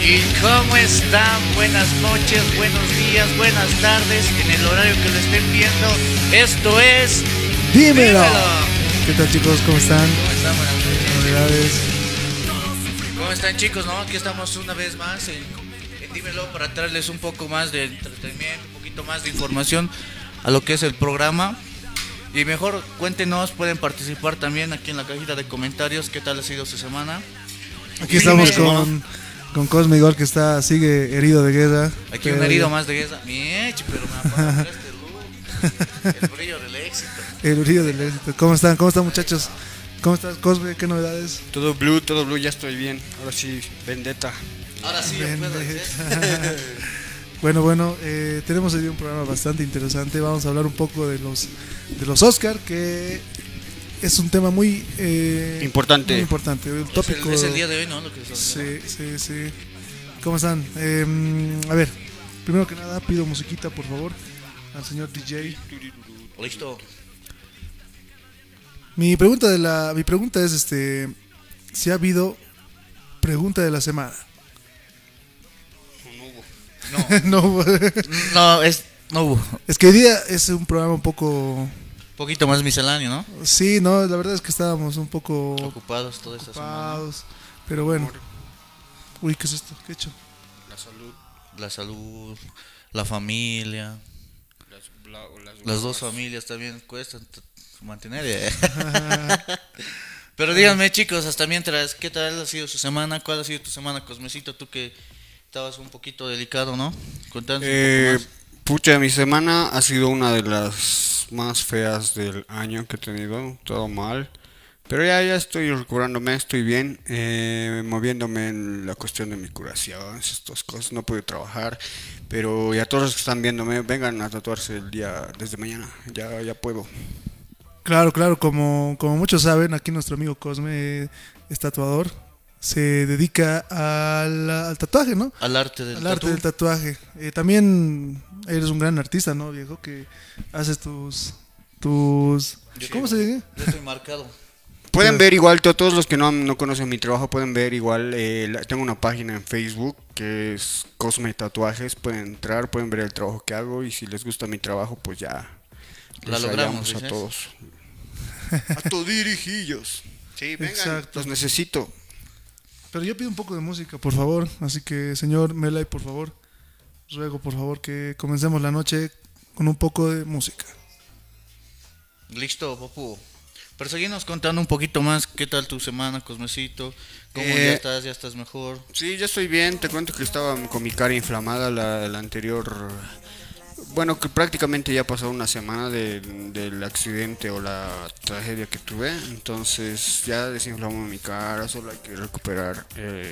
¿Y cómo están? Buenas noches, buenos días, buenas tardes, en el horario que lo estén viendo. Esto es Dímelo. ¿Qué tal, chicos? ¿Cómo están? ¿Cómo están? Buenas noches. Novedades. ¿Cómo están, chicos? ¿No? Aquí estamos una vez más en Dímelo para traerles un poco más de entretenimiento, un poquito más de información a lo que es el programa. Y mejor cuéntenos, pueden participar también aquí en la cajita de comentarios. ¿Qué tal ha sido su semana? Aquí estamos con Cosme igual que sigue herido de guerra. Aquí un herido más de guerra. Miech, pero me apaga este look. El brillo del éxito. El herido del éxito. ¿Cómo están? ¿Cómo están, muchachos? ¿Cómo estás, Cosme? ¿Qué novedades? Todo blue, ya estoy bien. Ahora sí, vendetta. Ahora sí, ya puedo decir. Bueno, tenemos hoy un programa bastante interesante. Vamos a hablar un poco de los Oscar, que es un tema muy importante. Muy importante. El tópico es el día de hoy, ¿no? Lo que sí. ¿Cómo están? A ver, primero que nada pido musiquita, por favor, al señor DJ. Listo. Mi pregunta es si ha habido pregunta de la semana. No No. no hubo. Es que hoy día es un programa un poco Poquito más misceláneo, ¿no? Sí, no, la verdad es que estábamos un poco Ocupados toda esta semana. Pero bueno. Uy, ¿qué es esto? ¿Qué he hecho? La salud, la familia. Las dos familias también cuestan mantener. Pero díganme, chicos, hasta mientras, ¿qué tal ha sido su semana? ¿Cuál ha sido tu semana, Cosmecito? Tú que estabas un poquito delicado, ¿no? Contanos un poco más. Pucha, mi semana ha sido una de las más feas del año que he tenido, todo mal. Pero ya estoy recuperándome, estoy bien, moviéndome en la cuestión de mi curación, estas cosas. No puedo trabajar, pero ya todos los que están viéndome, vengan a tatuarse el día desde mañana, ya puedo. Claro, como muchos saben, aquí nuestro amigo Cosme es tatuador. Se dedica al tatuaje, ¿no? Al arte del tatuaje. También eres un gran artista, ¿no, viejo? Que haces tus ¿cómo se dice? Yo estoy marcado. Pueden ver igual, todos los que no conocen mi trabajo pueden ver igual, tengo una página en Facebook que es Cosme Tatuajes, pueden entrar, pueden ver el trabajo que hago y si les gusta mi trabajo pues ya la logramos a todos. A todos dirijillos. Sí, vengan, exacto. Los necesito. Pero yo pido un poco de música, por favor, así que señor Melay, por favor, ruego por favor que comencemos la noche con un poco de música. Listo, papu. Pero seguimos contando un poquito más, ¿qué tal tu semana, Cosmecito? ¿Cómo ya estás? ¿Ya estás mejor? Sí, ya estoy bien, te cuento que estaba con mi cara inflamada la anterior. Bueno, que prácticamente ya pasó una semana del accidente o la tragedia que tuve, entonces ya desinflamó mi cara, solo hay que recuperar.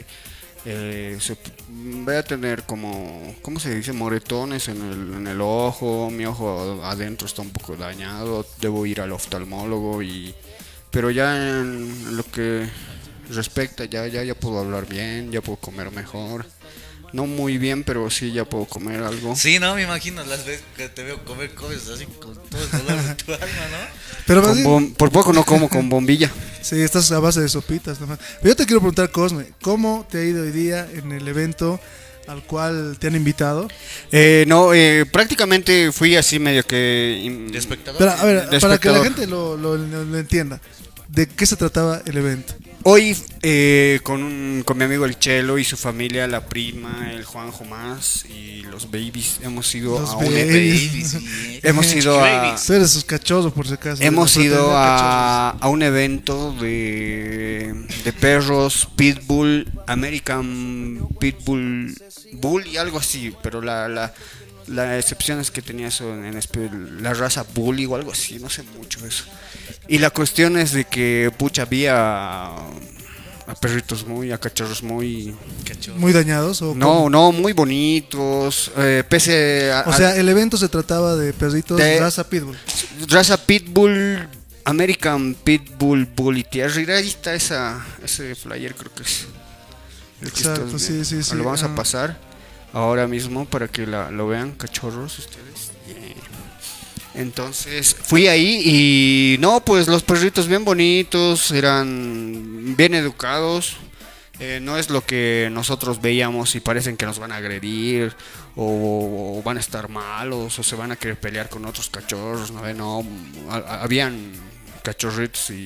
Voy a tener como, ¿cómo se dice? Moretones en el ojo, mi ojo adentro está un poco dañado, debo ir al oftalmólogo pero ya en lo que respecta ya puedo hablar bien, ya puedo comer mejor. No muy bien, pero sí ya puedo comer algo. Sí, no, me imagino las veces que te veo comer, comes así con todo el dolor de tu alma, ¿no? Pero por poco no como con bombilla. Sí, estás a base de sopitas nomás. Pero yo te quiero preguntar, Cosme, ¿cómo te ha ido hoy día en el evento al cual te han invitado? Prácticamente fui así medio que... ¿De espectador? Pero, a ver, de para que la espectador. gente lo entienda, ¿de qué se trataba el evento? Hoy con mi amigo el Chelo y su familia, la prima, el Juanjo más y los babies hemos ido Los a babies. hemos ido a Tú eres sus cachorros, por si acaso. hemos De la ido fraternidad a un evento de perros Pitbull, American Pitbull Bull y algo así, pero la excepción es que tenía eso la raza Bully o algo así, no sé mucho eso. Y la cuestión es de que pucha había a perritos a cachorros muy cachorros. ¿Muy dañados? ¿O no, muy bonitos, pese a... O sea, el evento se trataba de perritos de raza Pitbull. Raza Pitbull, American Pitbull Bully Terrier, ahí está ese flyer, creo que es. Exacto, sí. Lo vamos a pasar ahora mismo para que lo vean, cachorros, ustedes. Entonces fui ahí y no, pues los perritos bien bonitos, eran bien educados, no es lo que nosotros veíamos y parecen que nos van a agredir o van a estar malos o se van a querer pelear con otros cachorros, no, no, habían cachorritos y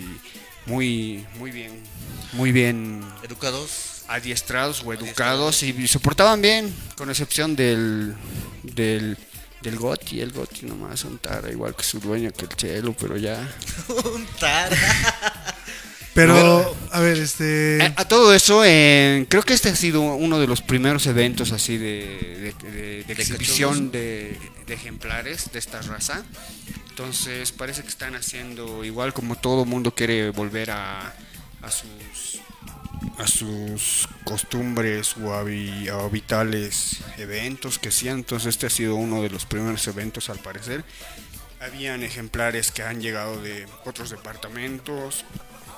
muy bien Educados. adiestrados o educados y se portaban bien, con excepción del Goti. El Goti nomás un tara, igual que su dueño, que el Chelo, pero ya. Un tara. Pero, a ver, A todo eso, creo que este ha sido uno de los primeros eventos así de exhibición de ejemplares de esta raza. Entonces parece que están haciendo igual como todo mundo quiere volver a sus costumbres o habituales eventos que hacían. Entonces este ha sido uno de los primeros eventos al parecer. Habían ejemplares que han llegado de otros departamentos.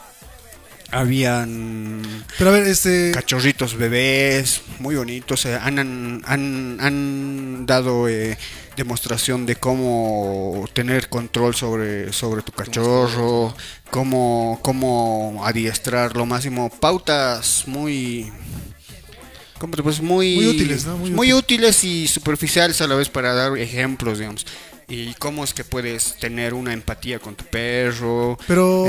Habían pero a ver, cachorritos bebés muy bonitos. Han dado demostración de cómo tener control sobre tu cachorro, cómo adiestrar lo máximo, pautas muy muy útiles, ¿no? Muy útiles y superficiales a la vez para dar ejemplos, digamos. Y cómo es que puedes tener una empatía con tu perro, pero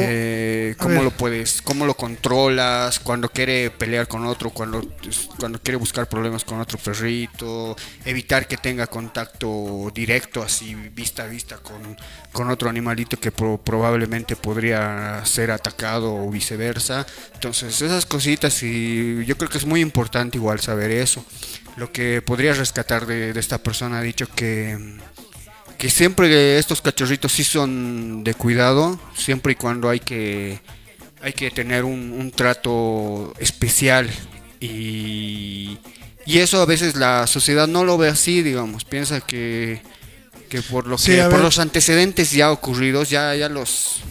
cómo lo controlas cuando quiere pelear con otro, cuando quiere buscar problemas con otro perrito, evitar que tenga contacto directo, así vista a vista con otro animalito que probablemente podría ser atacado o viceversa. Entonces esas cositas, y yo creo que es muy importante igual saber eso. Lo que podría rescatar de esta persona ha dicho que siempre estos cachorritos sí son de cuidado, siempre y cuando hay que tener un trato especial, y eso a veces la sociedad no lo ve así, digamos, piensa que por los antecedentes ya ocurridos ya los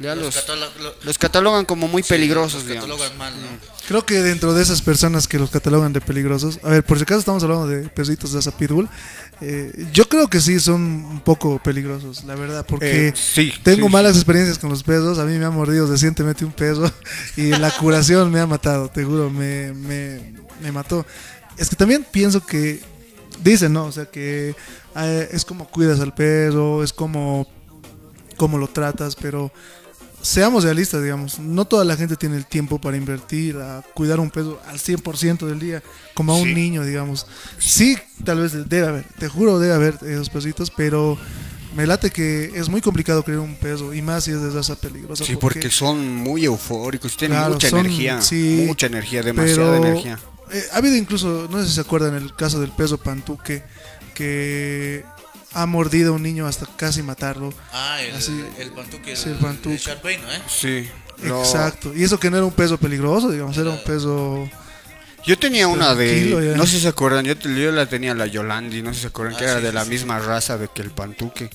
catalogan como muy peligrosos, digamos. Mal, ¿no? Creo que dentro de esas personas que los catalogan de peligrosos, a ver, por si acaso estamos hablando de perritos de esa pitbull, yo creo que sí son un poco peligrosos, la verdad, porque tengo malas experiencias con los perros. A mí me ha mordido recientemente un perro y la curación me ha matado, te juro, me mató. Es que también pienso que dicen, ¿no? O sea, que es como cuidas al perro, es como lo tratas, pero seamos realistas, digamos, no toda la gente tiene el tiempo para invertir a cuidar un perro al 100% del día, como a un niño, digamos. Sí, tal vez debe haber, te juro, debe haber esos perritos, pero me late que es muy complicado criar un perro, y más si es de raza peligrosa. Sí, porque son muy eufóricos, tienen mucha energía, demasiada pero, energía. Ha habido incluso, no sé si se acuerdan, el caso del perro Pantuque, que ha mordido a un niño hasta casi matarlo. El Pantuque, sí, el Pantuque. el Sharpei, ¿no? Sí. Exacto. Y eso que no era un peso peligroso, digamos, era un peso. Yo tenía una de, ya. no sé si se acuerdan, yo la tenía, la Yolandi, no sé si se acuerdan, que era de la misma raza de que el Pantuque.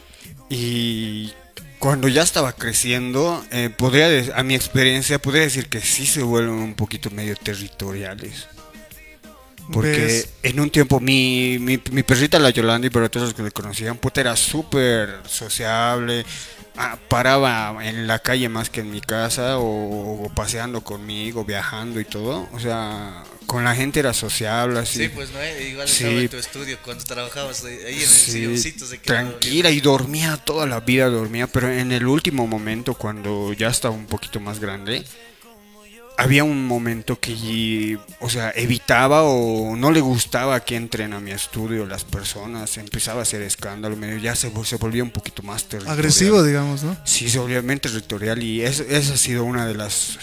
Y cuando ya estaba creciendo, a mi experiencia, podría decir que sí se vuelven un poquito medio territoriales. Porque en un tiempo mi perrita, la Yolandi, pero todos los que le conocían, puta, era súper sociable. Paraba en la calle más que en mi casa, o paseando conmigo, viajando y todo. O sea, con la gente era sociable, así. Sí, pues no, igual estaba en tu estudio cuando trabajabas ahí en el silloncito. Tranquila, y dormía, toda la vida dormía, pero en el último momento, cuando ya estaba un poquito más grande, había un momento que, o sea, evitaba o no le gustaba que entren a mi estudio las personas, empezaba a hacer escándalo, ya se volvía un poquito más territorial. Agresivo, digamos, ¿no? Sí, se volvía muy territorial, y esa ha sido una de las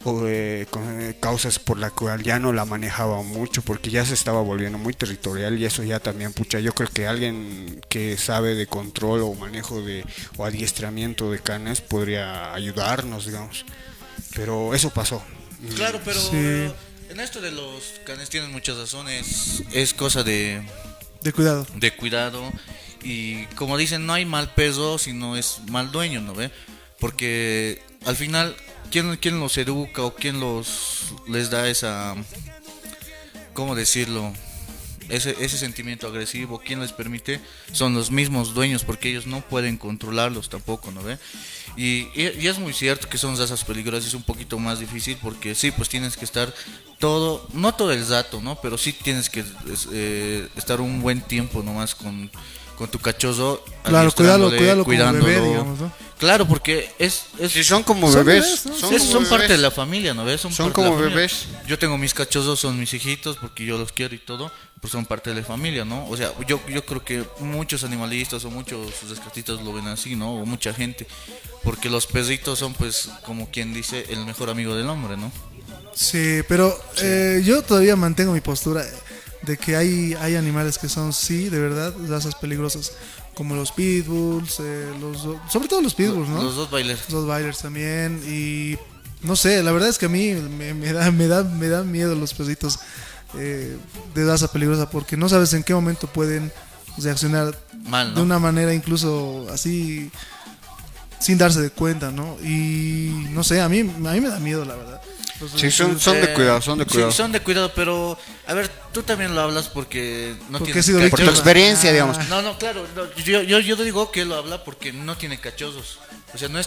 causas por la cual ya no la manejaba mucho, porque ya se estaba volviendo muy territorial, y eso ya también, pucha, yo creo que alguien que sabe de control o manejo o adiestramiento de canes podría ayudarnos, digamos. Pero eso pasó. Claro, pero en esto de los canes tienen muchas razones. Es cosa de cuidado. De cuidado. Y como dicen, no hay mal perro, sino es mal dueño, ¿no ve? Porque al final, ¿quién los educa o quién les da esa, ¿cómo decirlo? Ese sentimiento agresivo, ¿quién les permite? Son los mismos dueños, porque ellos no pueden controlarlos tampoco, ¿no ve? Y es muy cierto que son razas peligrosas, es un poquito más difícil porque sí, pues tienes que estar todo, no todo el rato, ¿no? Pero sí tienes que estar un buen tiempo nomás con tu cachorro. Claro, cuidándolo como bebé, digamos, ¿no? Claro, porque si son como bebés, ¿no? Son parte de la familia, ¿no ves? Son como bebés. Yo tengo mis cachorros, son mis hijitos porque yo los quiero y todo, pues son parte de la familia, ¿no? O sea, yo creo que muchos animalistas o muchos rescatistas lo ven así, ¿no? O mucha gente, porque los perritos son, pues, como quien dice, el mejor amigo del hombre, ¿no? Sí, pero yo todavía mantengo mi postura de que hay animales que son, sí, de verdad, razas peligrosas, como los pitbulls, sobre todo los pitbulls, ¿no? Los Rottweilers. Los Rottweilers también, y no sé, la verdad es que a mí me da miedo los perritos de raza peligrosa, porque no sabes en qué momento pueden reaccionar mal, ¿no? De una manera incluso así, sin darse de cuenta, ¿no? Y no sé, a mí me da miedo, la verdad. Sí, son de cuidado, son de cuidado. Sí, son de cuidado, pero a ver, tú también lo hablas porque no porque tienes por tu experiencia, digamos. No, claro, yo digo que él lo habla porque no tiene cachorros. O sea, no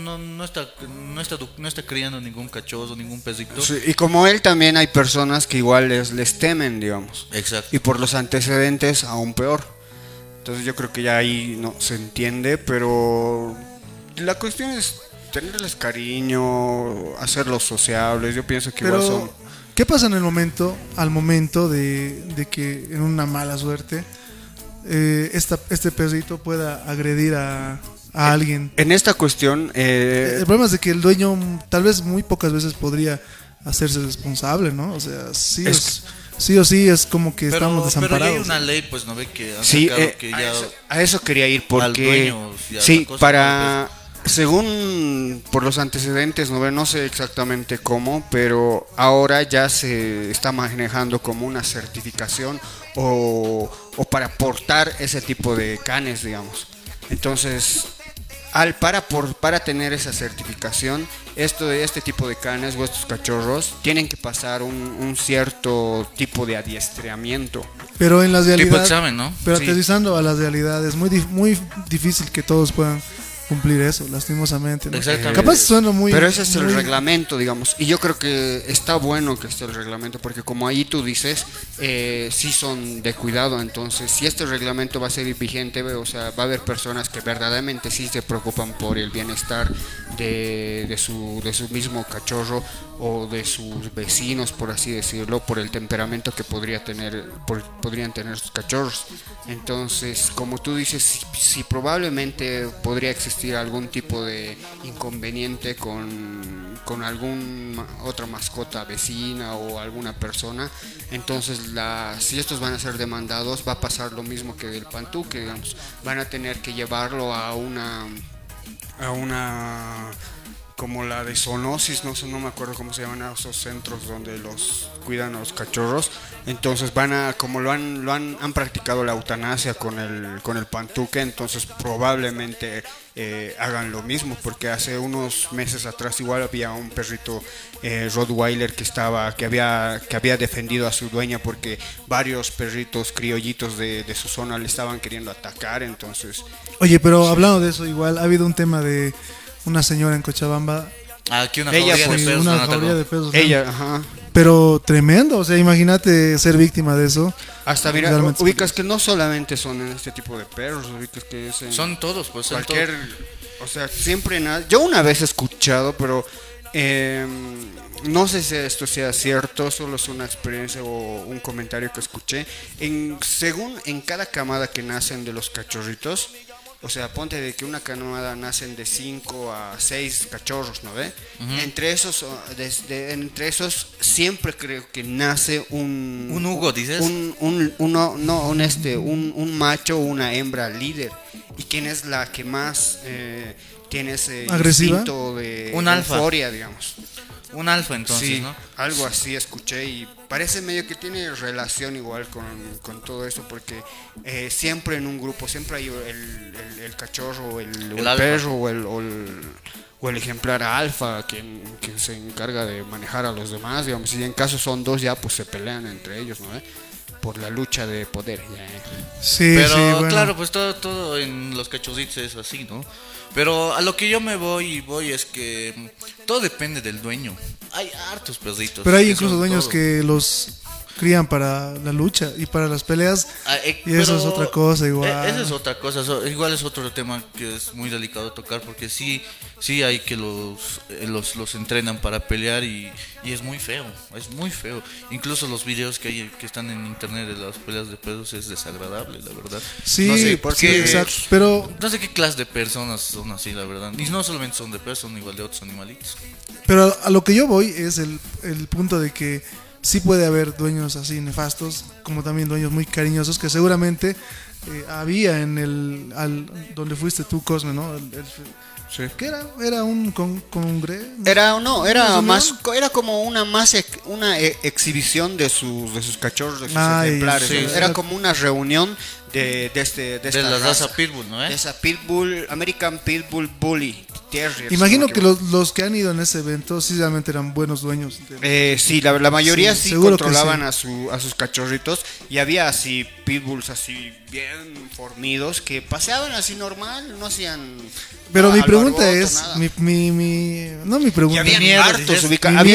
está criando ningún cachorro, ningún perrito. Sí, y como él también hay personas que igual les temen, digamos. Exacto. Y por los antecedentes aún peor. Entonces yo creo que ya ahí no se entiende, pero la cuestión es tenerles cariño, hacerlos sociables. Yo pienso que pero, igual son... ¿qué pasa al momento de que en una mala suerte este perrito pueda agredir a alguien? En esta cuestión... el problema es de que el dueño tal vez muy pocas veces podría hacerse responsable, ¿no? O sea, sí o sí es como que estamos desamparados. Pero ya hay una ley, pues, ¿no ve? Que sí, que ya a eso quería ir, porque... Dueño, sí, para... Según por los antecedentes, no sé exactamente cómo, pero ahora ya se está manejando como una certificación o para portar ese tipo de canes, digamos. Entonces, para tener esa certificación, este tipo de canes o estos cachorros tienen que pasar un cierto tipo de adiestramiento. Pero en la realidad, tipo examen, ¿no? Pero Sí. aterrizando a la realidad, es muy difícil que todos puedan cumplir eso, lastimosamente, ¿no? Exactamente. Capaz suena muy... Pero ese es el muy- reglamento, digamos. Y yo creo que está bueno que esté el reglamento, porque como ahí tú dices, sí son de cuidado. Entonces, si este reglamento va a ser vigente, o sea, va a haber personas que verdaderamente sí se preocupan por el bienestar de su mismo cachorro o de sus vecinos, por así decirlo, por el temperamento que podrían tener sus cachorros. Entonces, como tú dices, si probablemente podría existir algún tipo de inconveniente con alguna otra mascota vecina o alguna persona, entonces si estos van a ser demandados, va a pasar lo mismo que del pantuque, digamos. Van a tener que llevarlo a una como la de zoonosis, no me acuerdo cómo se llaman esos centros donde los cuidan a los cachorros. Entonces como han practicado la eutanasia con el pantuque, entonces probablemente hagan lo mismo, porque hace unos meses atrás igual había un perrito Rottweiler que había defendido a su dueña porque varios perritos criollitos de su zona le estaban queriendo atacar. Entonces, Oye, pero hablando de eso, igual ha habido un tema de una señora en Cochabamba. Aquí una Ella, jauría de pues, perros. Una la atacó. jauría de perros, ¿no? ella, ajá. Pero tremendo, o sea, imagínate ser víctima de eso. Hasta mira, Realmente ubicas que no solamente son en este tipo de perros, ubicas que es en Son todos, pues. Son cualquier, todos. o sea, siempre nada. Yo una vez he escuchado, pero no sé si esto sea cierto, solo es una experiencia o un comentario que escuché. Según en cada camada que nacen de los cachorritos, o sea, ponte de que una camada nacen de 5 a 6 cachorros, ¿no ve? Ujú. Entre esos siempre creo que nace un Hugo, dices. un macho o una hembra líder. ¿Y quién es la que más tiene ese ¿Agresiva? instinto de Un alfa. euforia, digamos? Un alfa, entonces, Sí, ¿no? algo así escuché y parece medio que tiene relación igual con todo eso, porque siempre en un grupo, siempre hay el cachorro, el alfa. perro o el ejemplar alfa que se encarga de manejar a los demás, digamos. Y en caso son dos ya pues se pelean entre ellos, ¿no? por la lucha de poder. Sí, pero sí, bueno. Claro, pues todo en los cachorritos es así, ¿no? Pero a lo que yo me voy es que todo depende del dueño. Hay hartos perritos. Pero hay incluso dueños que los crían para la lucha y para las peleas, y eso es otra cosa igual. Esa es otra cosa, igual es otro tema que es muy delicado tocar, porque sí hay que los entrenan para pelear y es muy feo. Incluso los videos que están en internet de las peleas de perros es desagradable, la verdad. Sí, no sé por qué, exacto, pero no sé qué clase de personas son así, la verdad. Y no solamente son de perros, son igual de otros animalitos. Pero a lo que yo voy es el punto de que sí puede haber dueños así nefastos, como también dueños muy cariñosos, que seguramente había en donde fuiste tú, Cosme, ¿no? Sí. ¿Qué era? ¿Era un congreso? Era como una exhibición de sus cachorros, de sus ejemplares. Sí, era como una reunión de la raza Pitbull, ¿no? De esa Pitbull, American Pitbull Bully. Terriers, imagino que los que han ido en ese evento sí realmente eran buenos dueños. Sí, la mayoría sí controlaban sí. a sus cachorritos, y había así pitbulls así bien fornidos que paseaban así normal, no hacían. Pero mi pregunta es, no mi pregunta. Y habían hartos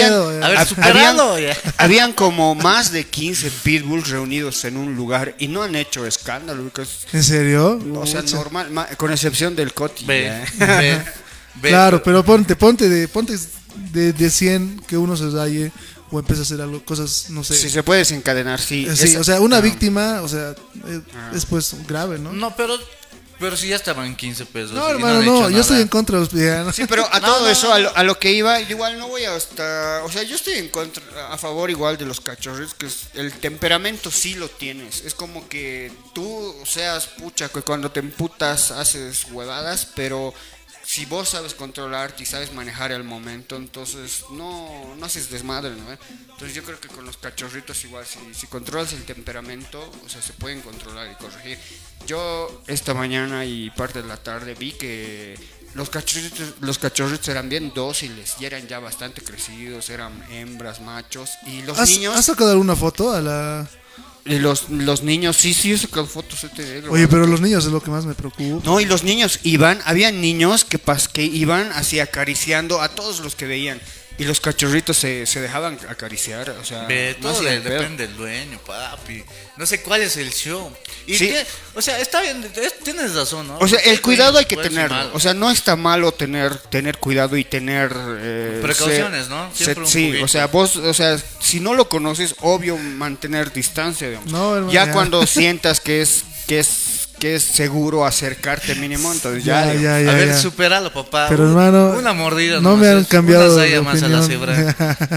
habían como más de 15 pitbulls reunidos en un lugar y no han hecho escándalo. ¿En serio? O sea, normal, con excepción del Coti. Claro, pero ponte de 100 que uno se dañe o empieza a hacer algo, cosas, no sé. Si se puede desencadenar, sí. Sí, o sea, una víctima, o sea, es pues grave, ¿no? No, pero si ya estaban 15 pesos. No, hermano, no, yo estoy en contra de los veganos. Sí, pero a todo eso, a lo que iba, igual no voy a estar. O sea, yo estoy en contra, a favor igual de los cachorros, que el temperamento sí lo tienes. Es como que tú seas pucha, que cuando te emputas haces huevadas, pero si vos sabes controlarte y sabes manejar el momento, entonces no haces desmadre, ¿no? Entonces yo creo que con los cachorritos igual, si controlas el temperamento, o sea, se pueden controlar y corregir. Yo esta mañana y parte de la tarde vi que los cachorritos eran bien dóciles y eran ya bastante crecidos, eran hembras, machos, y los niños... ¿Has sacado alguna foto a la...? Y los niños, sí, he sacado fotos. Oye, pero los niños es lo que más me preocupa. No, y los niños había niños que iban así acariciando a todos los que veían. Y los cachorritos se dejaban acariciar, o sea... Todo depende del dueño, papi. No sé cuál es el show. Y sí. O sea, está bien, tienes razón, ¿no? O sea, el cuidado hay que tenerlo. O sea, no está malo tener cuidado y tener... precauciones, ¿no? Sí, o sea, vos, si no lo conoces, obvio mantener distancia, digamos. No, hermano, ya cuando sientas que es seguro acercarte mínimo, entonces ya. A ver, supéralo, papá. Pero hermano, una mordida. No me han cambiado de más a la cebra.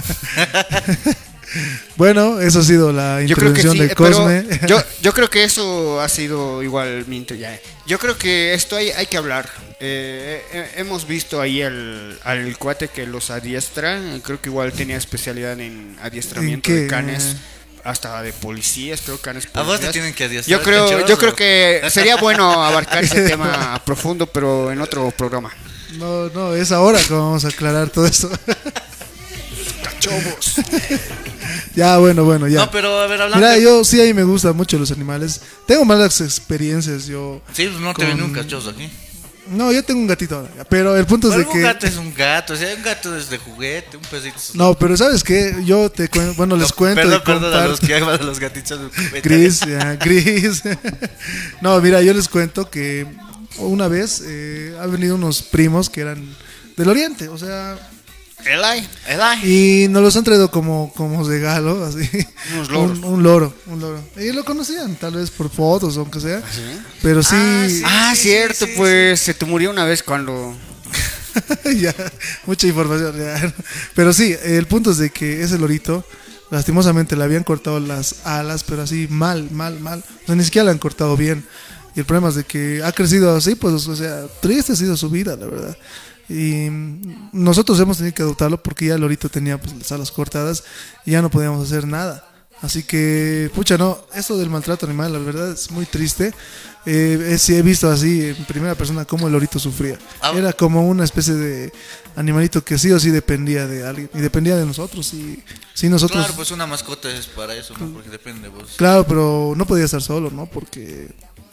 Bueno, eso ha sido la introducción de Cosme. Yo creo que eso ha sido igual mi ya. Yo creo que esto hay que hablar. Hemos visto ahí al cuate que los adiestra. Creo que igual tenía especialidad en adiestramiento de canes. Hasta de policías, creo que canes policías. A vos te tienen que adiestrar. Yo creo que sería bueno abarcar ese tema a profundo, pero en otro programa. No, es ahora que vamos a aclarar todo esto. Cachobos. Ya, bueno, ya. No, pero a ver, hablando. Mira, yo sí, ahí me gustan mucho los animales. Tengo malas experiencias, yo. Sí, no te ven un cachoso aquí. No, yo tengo un gatito ahora, pero el punto es de que... Un gato es un gato, o sea, un gato es de juguete, un pesito... No, pero ¿sabes qué? Yo les cuento... Perdón, a los que hagan los gatitos de juguete. Gris. No, mira, yo les cuento que una vez han venido unos primos que eran del oriente, o sea... Eli. Y nos los han traído como regalo, así. Unos loros. Un loro. Y lo conocían, tal vez por fotos o aunque sea. ¿Ah, sí? Pero sí. Cierto, pues se te murió una vez cuando. Ya, mucha información. Ya. Pero sí, el punto es de que ese lorito, lastimosamente le habían cortado las alas, pero así mal. O sea, ni siquiera le han cortado bien. Y el problema es de que ha crecido así, pues, o sea, triste ha sido su vida, la verdad. Y nosotros hemos tenido que adoptarlo porque ya el lorito tenía pues las alas cortadas y ya no podíamos hacer nada. Así que, pucha, no, esto del maltrato animal, la verdad es muy triste. Sí he visto así en primera persona cómo el lorito sufría. Era como una especie de animalito que sí o sí dependía de alguien y dependía de nosotros. Y si nosotros... Claro, pues una mascota es para eso, ¿no? Porque depende de vos. Claro, pero no podía estar solo, ¿no? Porque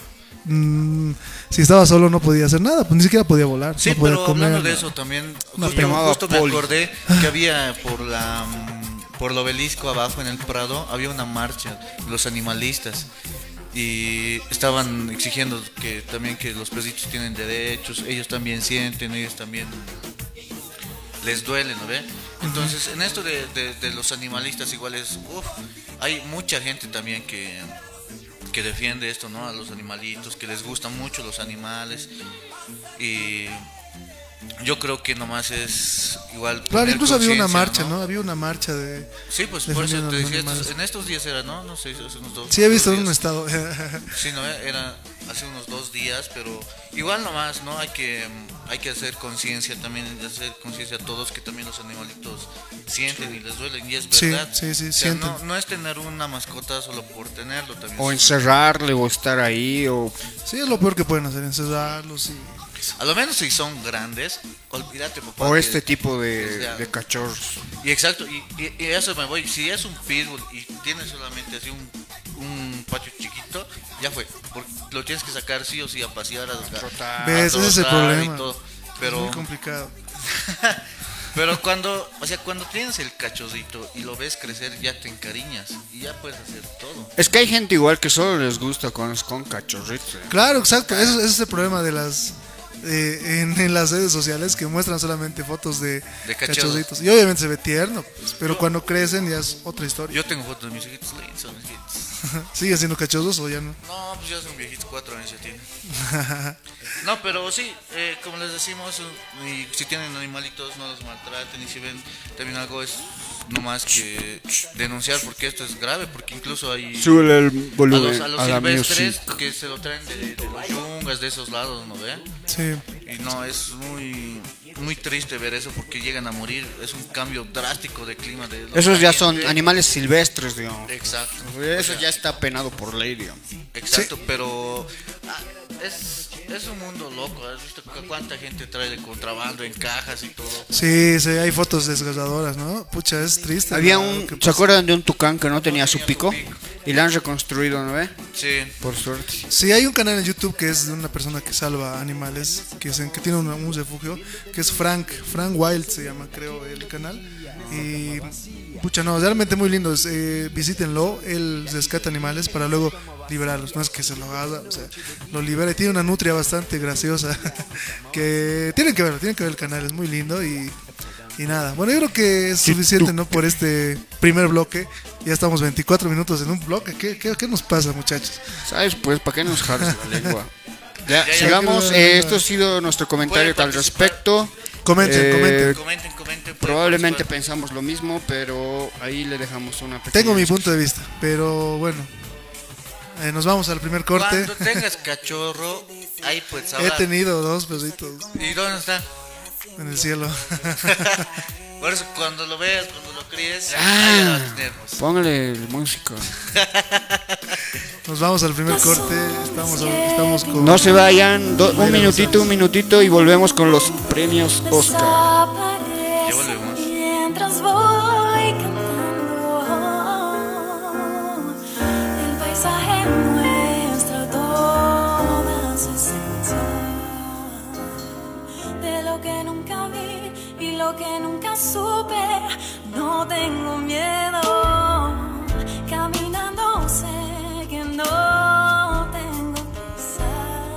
si estaba solo no podía hacer nada, pues ni siquiera podía volar. Sí, no podía pero comer, hablando de eso también, justo me acordé que había por el obelisco abajo en el Prado, había una marcha, los animalistas, y estaban exigiendo que también que los perritos tienen derechos, ellos también sienten, ellos también les duele, ¿no ve? Entonces, en esto de los animalistas iguales, hay mucha gente también que defiende esto, ¿no? A los animalitos, que les gustan mucho los animales, y yo creo que nomás es igual. Claro, incluso había una marcha, ¿no? Había una marcha de... Sí, pues por eso te decía, en estos días era, ¿no? No sé, hace unos 2 Sí, he visto en un estado. Sí, no, era hace unos 2 días, pero igual nomás, ¿no? Hay que hacer conciencia también, hacer conciencia a todos que también los animalitos sienten y les duelen, y es verdad. Sí, o sea, sienten. no es tener una mascota solo por tenerlo también. O encerrarle o estar ahí o... Sí, es lo peor que pueden hacer, encerrarlos y... A lo menos si son grandes, olvídate, papá. O este tipo de cachorros. Y exacto, y eso me voy. Si es un pitbull y tienes solamente así un patio chiquito, ya fue. Porque lo tienes que sacar sí o sí a pasear, a ¿Ves? Ese es el problema. Y todo. Pero, es muy complicado. Pero cuando tienes el cachorrito y lo ves crecer, ya te encariñas y ya puedes hacer todo. Es que hay gente igual que solo les gusta con cachorritos. Claro, exacto. Ese es el problema de las... en las redes sociales, que muestran solamente fotos de cachorritos. Y obviamente se ve tierno, pues, pero cuando crecen ya es otra historia. Yo tengo fotos de mis hijitos, son mis hijitos. ¿Sigue siendo cachorros o ya no? No, pues ya son viejitos, 4 años ya tienen. No, pero sí, como les decimos, si tienen animalitos no los maltraten, y si ven también algo es no más que denunciar, porque esto es grave, porque incluso hay Súbele el volumen a los silvestres que se lo traen de los yungas, de esos lados, ¿no ve? Sí. Y no, es muy triste ver eso, porque llegan a morir, es un cambio drástico de clima. Esos ya son animales silvestres, digamos. Exacto. Eso ya está penado por ley, digamos. Exacto, sí. Pero es un mundo loco. ¿Has visto cuánta gente trae de contrabando en cajas y todo? Sí, hay fotos desgarradoras, ¿no? Pucha, es triste. Había ¿se acuerdan de un tucán que no tenía su pico? Y la han reconstruido, ¿no ve? Sí. Por suerte. Sí, hay un canal en YouTube que es de una persona que salva animales, que tiene un refugio, que es Frank Wild se llama, creo, el canal. Y pucha, no, realmente muy lindo. Visítenlo, él rescata animales para luego liberarlos, no es que se lo haga, o sea, lo libera y tiene una nutria bastante graciosa que tienen que ver el canal, es muy lindo y nada. Bueno, yo creo que es suficiente, ¿no? Por este primer bloque. Ya estamos 24 minutos en un bloque. ¿Qué nos pasa, muchachos? ¿Sabes? Pues, ¿para qué nos jalas la lengua? Ya, sigamos. Esto ha sido nuestro comentario al respecto. Comenten. Probablemente pensamos lo mismo, pero ahí le dejamos una pequeña... Tengo mi punto de vista, pero bueno. Nos vamos al primer corte. Cuando tengas cachorro, ahí pues hablar. He tenido 2 perritos. ¿Y dónde está? En el cielo. Por eso cuando lo veas, cuando lo críes, ahí lo vas a tener. Póngale música. Nos vamos al primer corte. Estamos con... No se vayan, un minutito y volvemos con los premios Oscar. Ya volvemos. Mientras voy cantando, el paisaje muestra toda su esencia de lo que nunca vi y lo que nunca supe. No tengo miedo, caminando sé que no tengo prisa.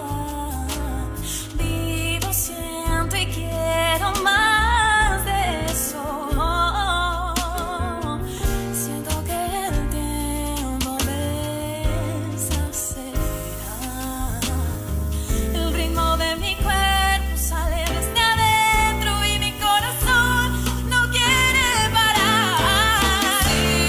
Vivo, siento y quiero más de eso. Siento que el tiempo desacelera. El ritmo de mi cuerpo sale desde adentro y mi corazón no quiere parar.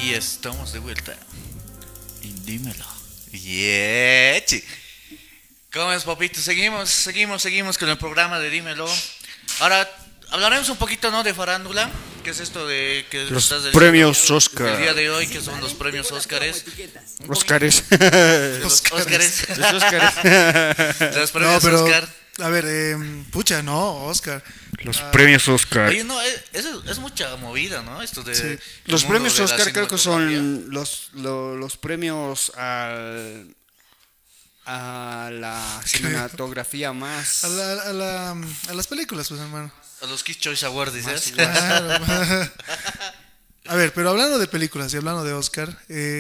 Y estamos de vuelta. Y dímelo. Yeah, chi. ¿Cómo es, papito? Seguimos con el programa de Dímelo. Ahora hablaremos un poquito, ¿no?, de farándula. ¿Qué es esto de que los premios Oscar? El día de hoy, que son los premios Óscares. Óscares. Los Óscares. Los premios no, pero, Óscar. A ver, pucha, no, Oscar. Los premios Oscar. Oye, no, es mucha movida, ¿no? Esto de sí. Los premios Oscar creo que son los premios a la cinematografía más... A las películas, pues, hermano. A los Kids Choice Awards, dices. Claro. A ver, pero hablando de películas y hablando de Oscar,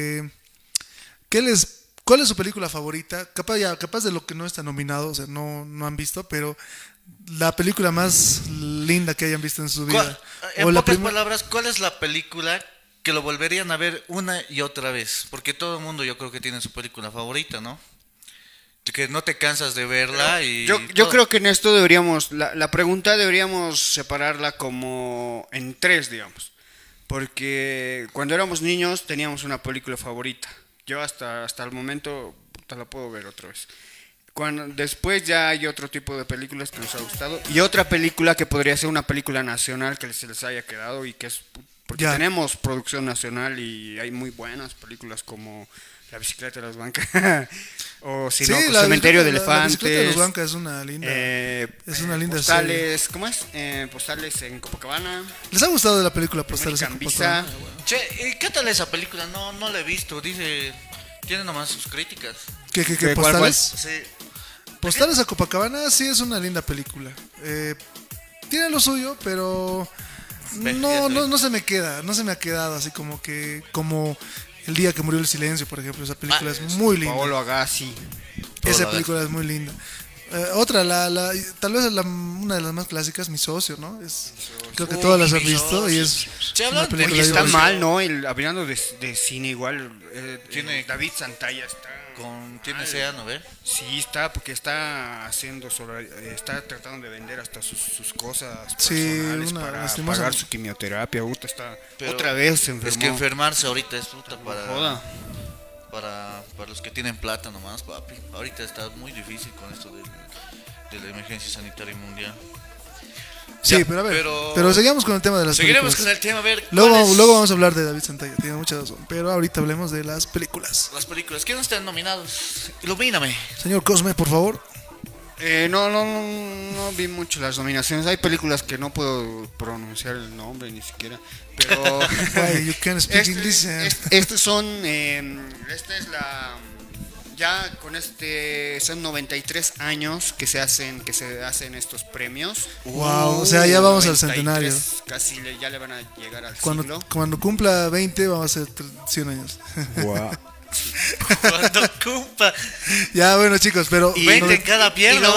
¿cuál es su película favorita? Capaz de lo que no está nominado, o sea, no han visto, pero la película más linda que hayan visto en su vida. En pocas palabras, ¿cuál es la película que lo volverían a ver una y otra vez? Porque todo el mundo, yo creo que tiene su película favorita, ¿no? Que no te cansas de verla. Y yo creo que en esto deberíamos, la pregunta deberíamos separarla como en tres, digamos. Porque cuando éramos niños teníamos una película favorita. Yo hasta el momento la puedo ver otra vez. Después ya hay otro tipo de películas que nos ha gustado. Y otra película que podría ser una película nacional que se les haya quedado y que es... Porque tenemos producción nacional y hay muy buenas películas como La bicicleta de los Bancas. O si no, Cementerio de Elefantes. La bicicleta de los Bancas es una linda Postales, serie. ¿Cómo es? Postales en Copacabana. ¿Les ha gustado la película Postales en Copacabana? Che, ¿qué tal esa película? No la he visto. Dice, tiene nomás sus críticas. ¿Qué Postales? Sí. Postales a Copacabana sí es una linda película. Tiene lo suyo, pero no se me ha quedado así como El día que murió el silencio, por ejemplo. Esa película es muy linda. Paolo Agassi. Esa película es muy linda. Otra, tal vez una de las más clásicas, Mi Socio, ¿no? Creo que todas las has visto y es una película. Está mal, ¿no? Hablando de cine igual, tiene David Santalla tiene Seano, ¿ve? Sí, porque está tratando de vender hasta sus cosas personales para pagar su quimioterapia. Otra vez se enfermó. Es que enfermarse ahorita es puta para los que tienen plata nomás, papi. Ahorita está muy difícil con esto de la emergencia sanitaria mundial. Sí, pero a ver, pero seguimos con el tema de las películas. Seguiremos con el tema, a ver. Luego vamos a hablar de David Santalla, tiene mucha razón. Pero ahorita hablemos de las películas. Las películas, ¿quiénes están nominados? Ilumíname. Señor Cosme, por favor. No vi mucho las nominaciones. Hay películas que no puedo pronunciar el nombre ni siquiera. Pero you can speak English. Estos son. Esta es la. Ya con son 93 años que se hacen estos premios. Wow, o sea, ya vamos al centenario. Casi ya le van a llegar al siglo. Cuando cumpla 20 vamos a ser 100 años. Wow. Cuando cumpla. Ya, bueno, chicos, pero 20 en cada pierna.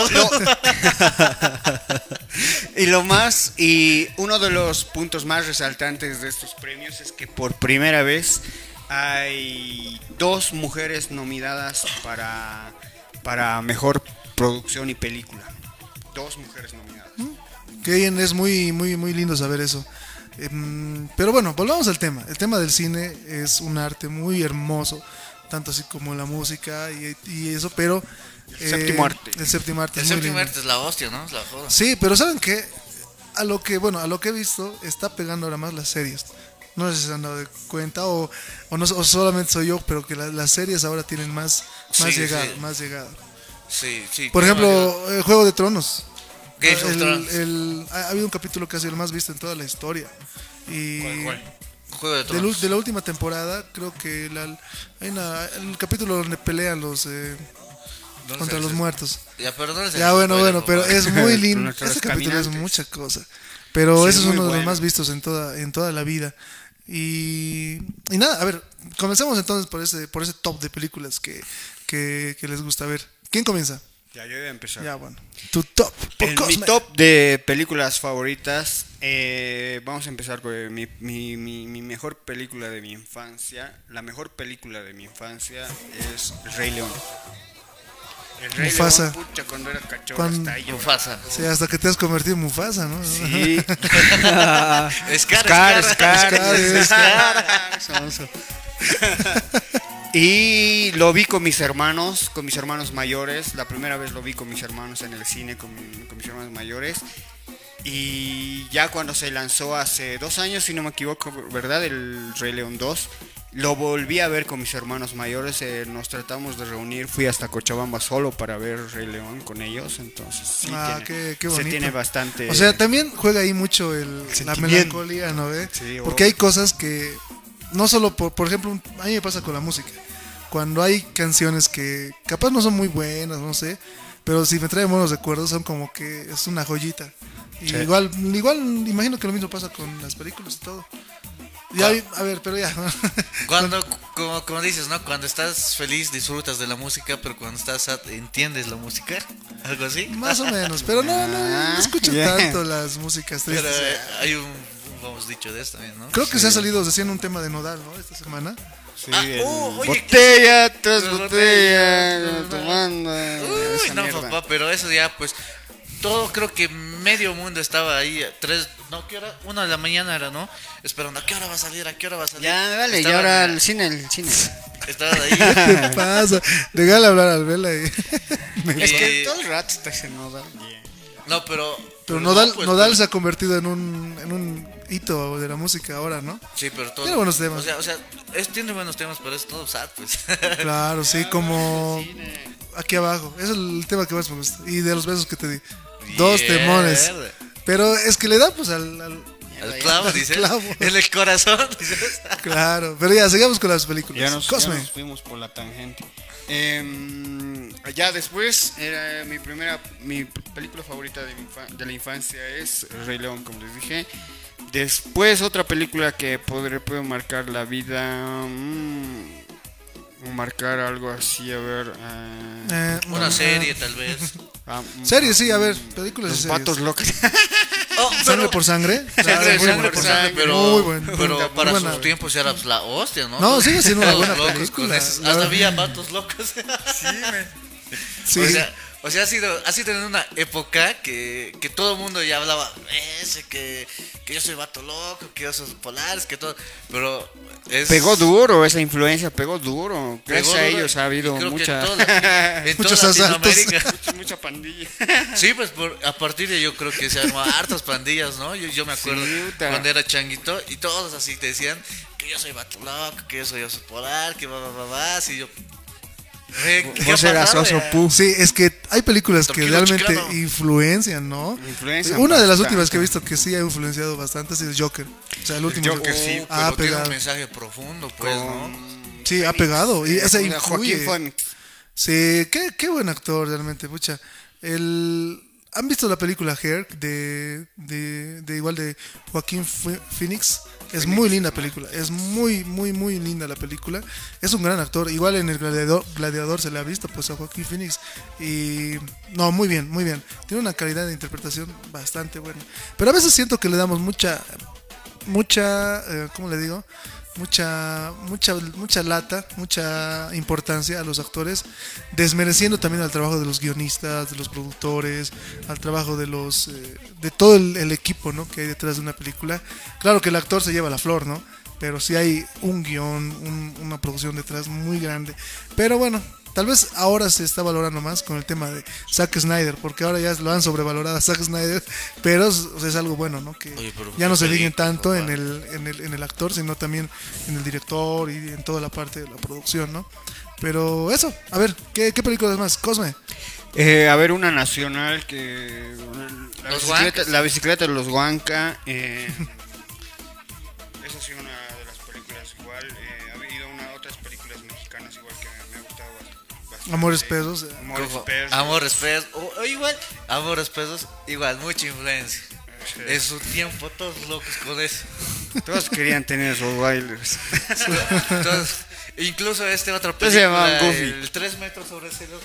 Y uno de los puntos más resaltantes de estos premios es que por primera vez hay 2 mujeres nominadas para mejor producción y película. 2 mujeres nominadas. Qué bien, es muy lindo saber eso. Pero bueno, volvamos al tema. El tema del cine es un arte muy hermoso, tanto así como la música y eso, pero el séptimo arte. El séptimo arte es la hostia, ¿no? Es la joda. Sí, pero ¿saben qué? A lo que he visto, está pegando ahora más las series. No sé si se han dado cuenta o solamente soy yo, pero que las series ahora tienen más llegada. Sí. Por ejemplo, Juego de Tronos. Game of Thrones. Ha habido un capítulo que ha sido el más visto en toda la historia. Y ¿Cuál? Juego de Tronos. De la última temporada, creo que hay el capítulo donde pelean los contra los muertos. Bueno, pero es muy lindo. Este capítulo es mucha cosa. Pero ese es uno de los más vistos en toda la vida. Y nada, a ver, comencemos entonces por ese top de películas que les gusta ver. ¿Quién comienza? Ya, yo voy a empezar. Ya, bueno. Tu top. Mi top de películas favoritas. Vamos a empezar con mi mejor película de mi infancia. La mejor película de mi infancia es Rey León. Mufasa. León, pucha, cuando era cachorro hasta ahí. Mufasa. Sí, hasta que te has convertido en Mufasa, ¿no? Sí. Scar. Y lo vi con mis hermanos mayores. La primera vez lo vi con mis hermanos en el cine, con mis hermanos mayores. Y ya cuando se lanzó hace 2 años, si no me equivoco, ¿verdad? El Rey León 2. Lo volví a ver con mis hermanos mayores, nos tratamos de reunir, fui hasta Cochabamba solo para ver Rey León con ellos, entonces sí qué bonito. se tiene bastante... O sea, también juega ahí mucho la melancolía, ¿no? Sí, porque hay cosas que, no solo por ejemplo, a mí me pasa con la música, cuando hay canciones que capaz no son muy buenas, no sé, pero si me traen buenos recuerdos son como que es una joyita. Y igual imagino que lo mismo pasa con las películas y todo. Ya, a ver, pero ya. Cuando, como dices, ¿no? Cuando estás feliz disfrutas de la música, pero cuando estás sad entiendes la música, algo así. Más o menos, pero no escucho tanto las músicas tristes. Pero hay un vamos dicho de esto también, ¿no? Creo que se ha salido haciendo un tema de Nodal, ¿no? Esta semana. Sí, botella tras botella, tomando. Uy, no, papá, pero eso ya, pues, todo creo que medio mundo estaba ahí, ¿qué hora? 1 de la mañana era, ¿no? Esperando, ¿a qué hora va a salir? Ya, vale, y ahora el cine. Estaba ahí. ¿Qué pasa? Déjale hablar al Vela ahí. Es que todo el rato está ese Nodal. No, pero Nodal, pues, Nodal se ha convertido en un hito de la música ahora, ¿no? Sí, pero todo. Tiene buenos temas. O sea, tiene buenos temas, pero es todo sad, pues. Claro, sí, como aquí abajo. Ese es el tema que más me gusta. Y de los besos que te di. 2 temones. Pero es que le da pues al clavo, dices. En el corazón, dices. Claro, pero ya, sigamos con las películas. Ya nos fuimos por la tangente. Ya después, era mi película favorita de la infancia es Rey León, como les dije. Después otra película que puede marcar la vida, marcar algo así, a ver. Una serie tal vez. Series, sí, a ver, películas. Los Vatos Locos. ¿Sangre por sangre? Sangre por sangre, pero, muy bueno, pero para buena. Sus tiempos era pues, la hostia, ¿no? No, sigue siendo una buena locos película. Hasta había Vatos Locos. Sí. O sea, ha sido en una época que todo el mundo ya hablaba que yo soy vato loco, que yo soy polares, que todo, pero pegó duro, esa influencia pegó duro. Gracias a ellos ha habido mucha muchos Latinoamérica. mucha pandilla. Sí, pues a partir de yo creo que se armó hartas pandillas, ¿no? Yo me acuerdo cuando era changuito y todos así te decían que yo soy vato loco, que yo soy oso polar, que va, así yo... Vos eras oso pu. Sí, es que hay películas que realmente influencian, ¿no? Una de las últimas que he visto que sí ha influenciado bastante es el Joker. O sea, el último Joker sí, pero tiene un mensaje profundo, pues, ¿no? Sí, ha pegado y ese influye. Joaquín Sí, qué buen actor realmente, pucha. ¿Han visto la película Hair de Joaquín Phoenix? Es muy linda película, es muy linda la película. Es un gran actor, igual en el Gladiador se le ha visto pues a Joaquín Phoenix. Y no, muy bien. Tiene una calidad de interpretación bastante buena. Pero a veces siento que le damos mucha ¿cómo le digo? Mucha lata, mucha importancia a los actores, desmereciendo también al trabajo de los guionistas, de los productores, al trabajo de de todo el equipo, ¿no? que hay detrás de una película. Claro que el actor se lleva la flor, ¿no? Pero sí hay un guión, una producción detrás muy grande. Pero bueno, tal vez ahora se está valorando más con el tema de Zack Snyder, porque ahora ya lo han sobrevalorado a Zack Snyder, pero es algo bueno, ¿no? Que ya no se fijen tanto en el actor, sino también en el director y en toda la parte de la producción, ¿no? Pero eso, a ver, ¿qué películas más? Cosme. A ver, una nacional que... La bicicleta de los Huanca. Esa ha sido una de las películas igual. Ha habido otras películas mexicanas igual que me ha gustado bastante. Amores Perros. Amores Perros. Igual, Amores Perros, igual, mucha influencia. Sí. En su tiempo, todos locos con eso. Todos querían tener esos bailes. Incluso otra película, el 3 metros sobre el cielo.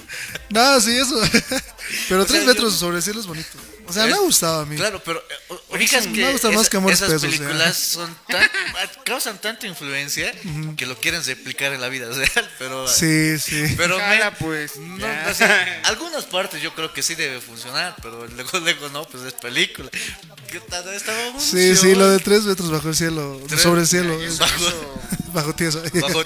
No, sí, eso. Pero 3 metros sobre el cielo es bonito. O sea, me ha gustado a mí. Claro, pero ¿Te fijas que esas películas son causan tanta influencia que lo quieren replicar en la vida real? Pero sí. Pero pues no, algunas partes yo creo que sí debe funcionar, pero luego no, pues es película. Sí, lo de 3 metros bajo el cielo, sobre el cielo, bajo tierra.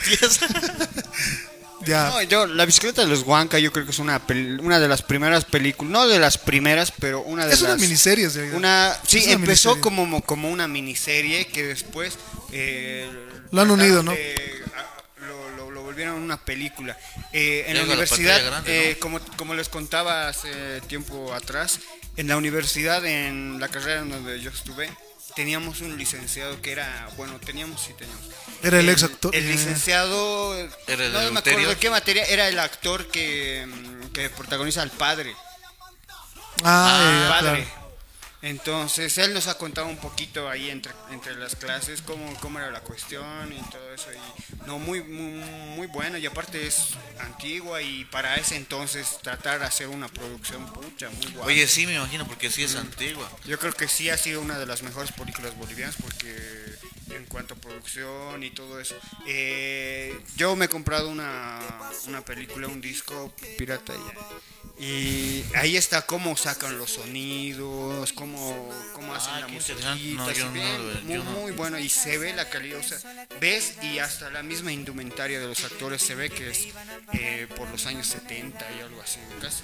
Ya. No, la bicicleta de los Wonka yo creo que es una de las primeras películas, no de las primeras, pero una de es las... Es una miniserie. Empezó miniserie. como una miniserie que después... lo han unido, ¿no? Lo volvieron una película. En la universidad, grande, ¿no? como les contaba hace tiempo atrás, en la universidad, en la carrera en donde yo estuve, teníamos un licenciado que era... teníamos. Era el ex actor. El licenciado, no me acuerdo qué materia, era el actor que protagoniza al padre. Padre. Claro. Entonces él nos ha contado un poquito ahí entre las clases cómo era la cuestión y todo eso. Y no, muy bueno, y aparte es antigua, y para ese entonces tratar de hacer una producción muy guapa. Oye, sí, me imagino, porque sí es antigua. Yo creo que sí ha sido una de las mejores películas bolivianas, porque en cuanto a producción y todo eso, yo me he comprado una película, un disco pirata y ahí está cómo sacan los sonidos, cómo hacen la musiquita, muy bueno, y se ve la calidad, o sea, ves, y hasta la misma indumentaria de los actores se ve que es por los años 70 y algo así, casi.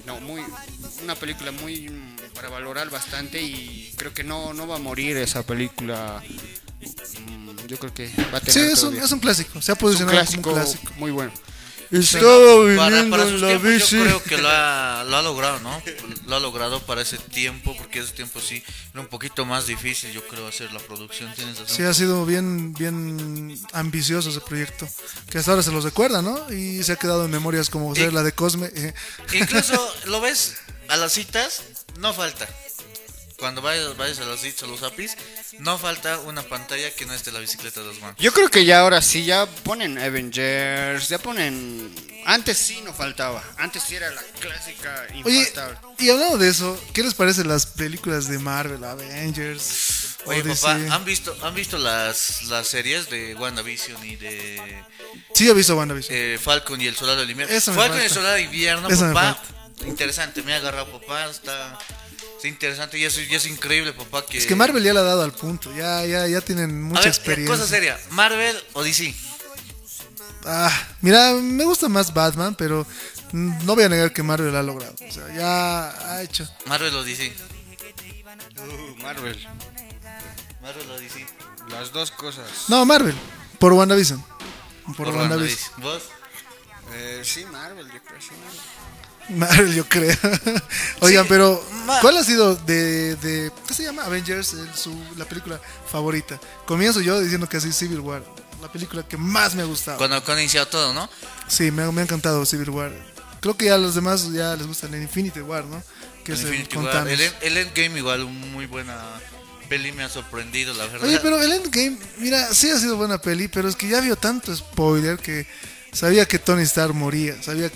Una película muy para valorar bastante, y creo que no va a morir esa película. Yo creo que va a tener es un clásico, se ha posicionado como un clásico muy bueno. Estaba viniendo para en la tiempos, bici. yo creo que lo ha logrado, ¿no? Lo ha logrado para ese tiempo, porque ese tiempo sí era un poquito más difícil, yo creo, hacer la producción. ¿Tienes razón? Sí, ha sido bien ambicioso ese proyecto, que hasta ahora se los recuerda, ¿no? Y se ha quedado en memorias como ser la de Cosme. Incluso lo ves a las citas, no falta. Cuando vayas a los citas, a los apis, no falta una pantalla que no esté la bicicleta de los manos. Yo creo que ya ahora sí, ya ponen Avengers, ya ponen... Antes sí no faltaba, antes sí era la clásica infaltable. Oye, y hablando de eso, ¿qué les parecen las películas de Marvel, Avengers? Oye, papá, ¿han visto las series de WandaVision y de... Sí, he visto WandaVision. Falcon y el Soldado del Invierno. Falcon y el Soldado del Invierno, papá. Interesante, me ha agarrado, papá, está interesante, y es increíble, papá, que... Es que Marvel ya le ha dado al punto, ya tienen mucha experiencia. Cosa seria, ¿Marvel o DC? Mira, me gusta más Batman, pero no voy a negar que Marvel ha logrado. O sea, ya ha hecho. ¿Marvel o DC? Marvel o DC. Las dos cosas. No, Marvel, por WandaVision. Por WandaVision. ¿Vos? Sí, Marvel, yo creo, sí, Marvel, yo creo. Oigan, sí, pero ¿cuál ha sido de qué se llama? Avengers, la película favorita? Comienzo yo diciendo que así Civil War, la película que más me ha gustado. Cuando inició todo, ¿no? Sí, me ha encantado Civil War. Creo que ya a los demás ya les gusta el Infinity War, ¿no? Que es el Endgame igual, muy buena peli, me ha sorprendido, la verdad. Oye, pero el Endgame, mira, sí ha sido buena peli, pero es que ya vio tanto spoiler que sabía que Tony Stark moría, sabía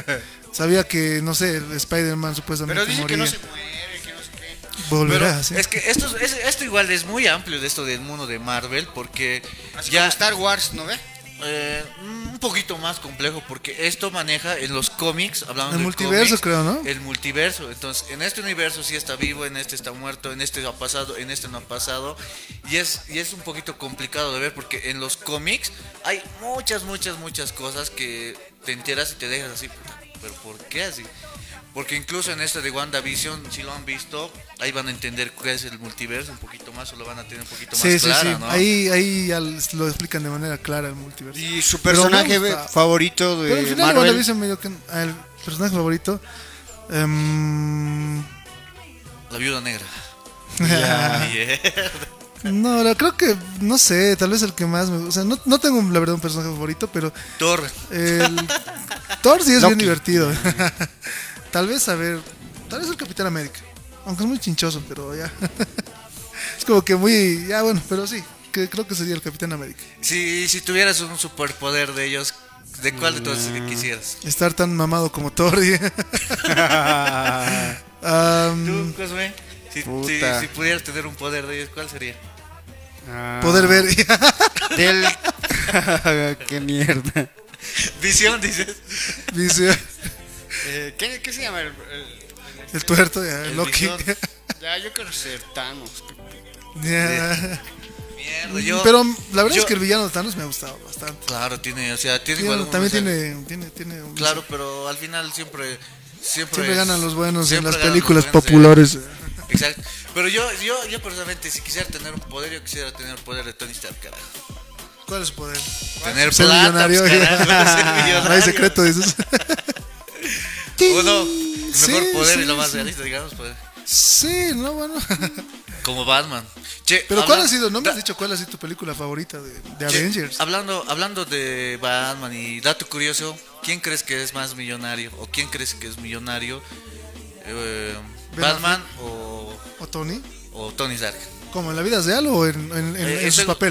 que, no sé, el Spider-Man supuestamente pero dice moría. Que no se muere, que no sé qué. Volverá, pero ¿sí? Es que esto igual es muy amplio, de esto del mundo de Marvel, porque así ya como Star Wars, ¿no ve? Un poquito más complejo, porque esto maneja en los cómics, hablando del multiverso, cómics, creo, ¿no? El multiverso. Entonces, en este universo sí está vivo, en este está muerto, en este ha pasado, en este no ha pasado, y es un poquito complicado de ver, porque en los cómics hay muchas cosas que te enteras y te dejas así, pero ¿por qué así? Porque incluso en este de WandaVision, si lo han visto, ahí van a entender qué es el multiverso un poquito más, o lo van a tener un poquito más claro, ¿no? Ahí ya lo explican de manera clara el multiverso. ¿Y su personaje favorito de pero al final Marvel? WandaVision medio que el personaje favorito la Viuda Negra. No, creo que, no sé, tal vez el que más me gusta. O sea, no tengo la verdad un personaje favorito, pero Thor. Thor sí es bien divertido. Tal vez el Capitán América. Aunque es muy chinchoso, pero ya. Es como que muy, ya bueno, pero sí, creo que sería el Capitán América. Si tuvieras un superpoder de ellos, ¿de cuál de todos quisieras? Estar tan mamado como Thor. ¿Tú, Cosme? Si pudieras tener un poder de ellos, ¿cuál sería? Poder ver. Del... Qué mierda. Visión, dices. Visión. ¿Qué se llama? El tuerto, ya, el Loki. Ya, yo quiero ser Thanos. Yeah. Mierda, pero la verdad es que el villano de Thanos me ha gustado bastante. Claro, tiene igual también tiene claro, pero al final siempre ganan los buenos en las películas populares. Exacto. Pero yo personalmente, si quisiera tener un poder, yo quisiera tener el poder de Tony Stark, carajo. ¿Cuál es su poder? Tener ser plata, millonario. Pues, carajo, ser millonario. No hay secreto, dices. O no, el mejor poder y lo más realista, digamos, pues. Sí, no, bueno. Como Batman. Che, pero ¿cuál ha sido? No me has dicho cuál ha sido tu película favorita de Avengers. Hablando de Batman y dato curioso, ¿quién crees que es más millonario? ¿O quién crees que es millonario? ¿Batman o Tony? ¿O Tony Stark? ¿Cómo, en la vida real o en su papel?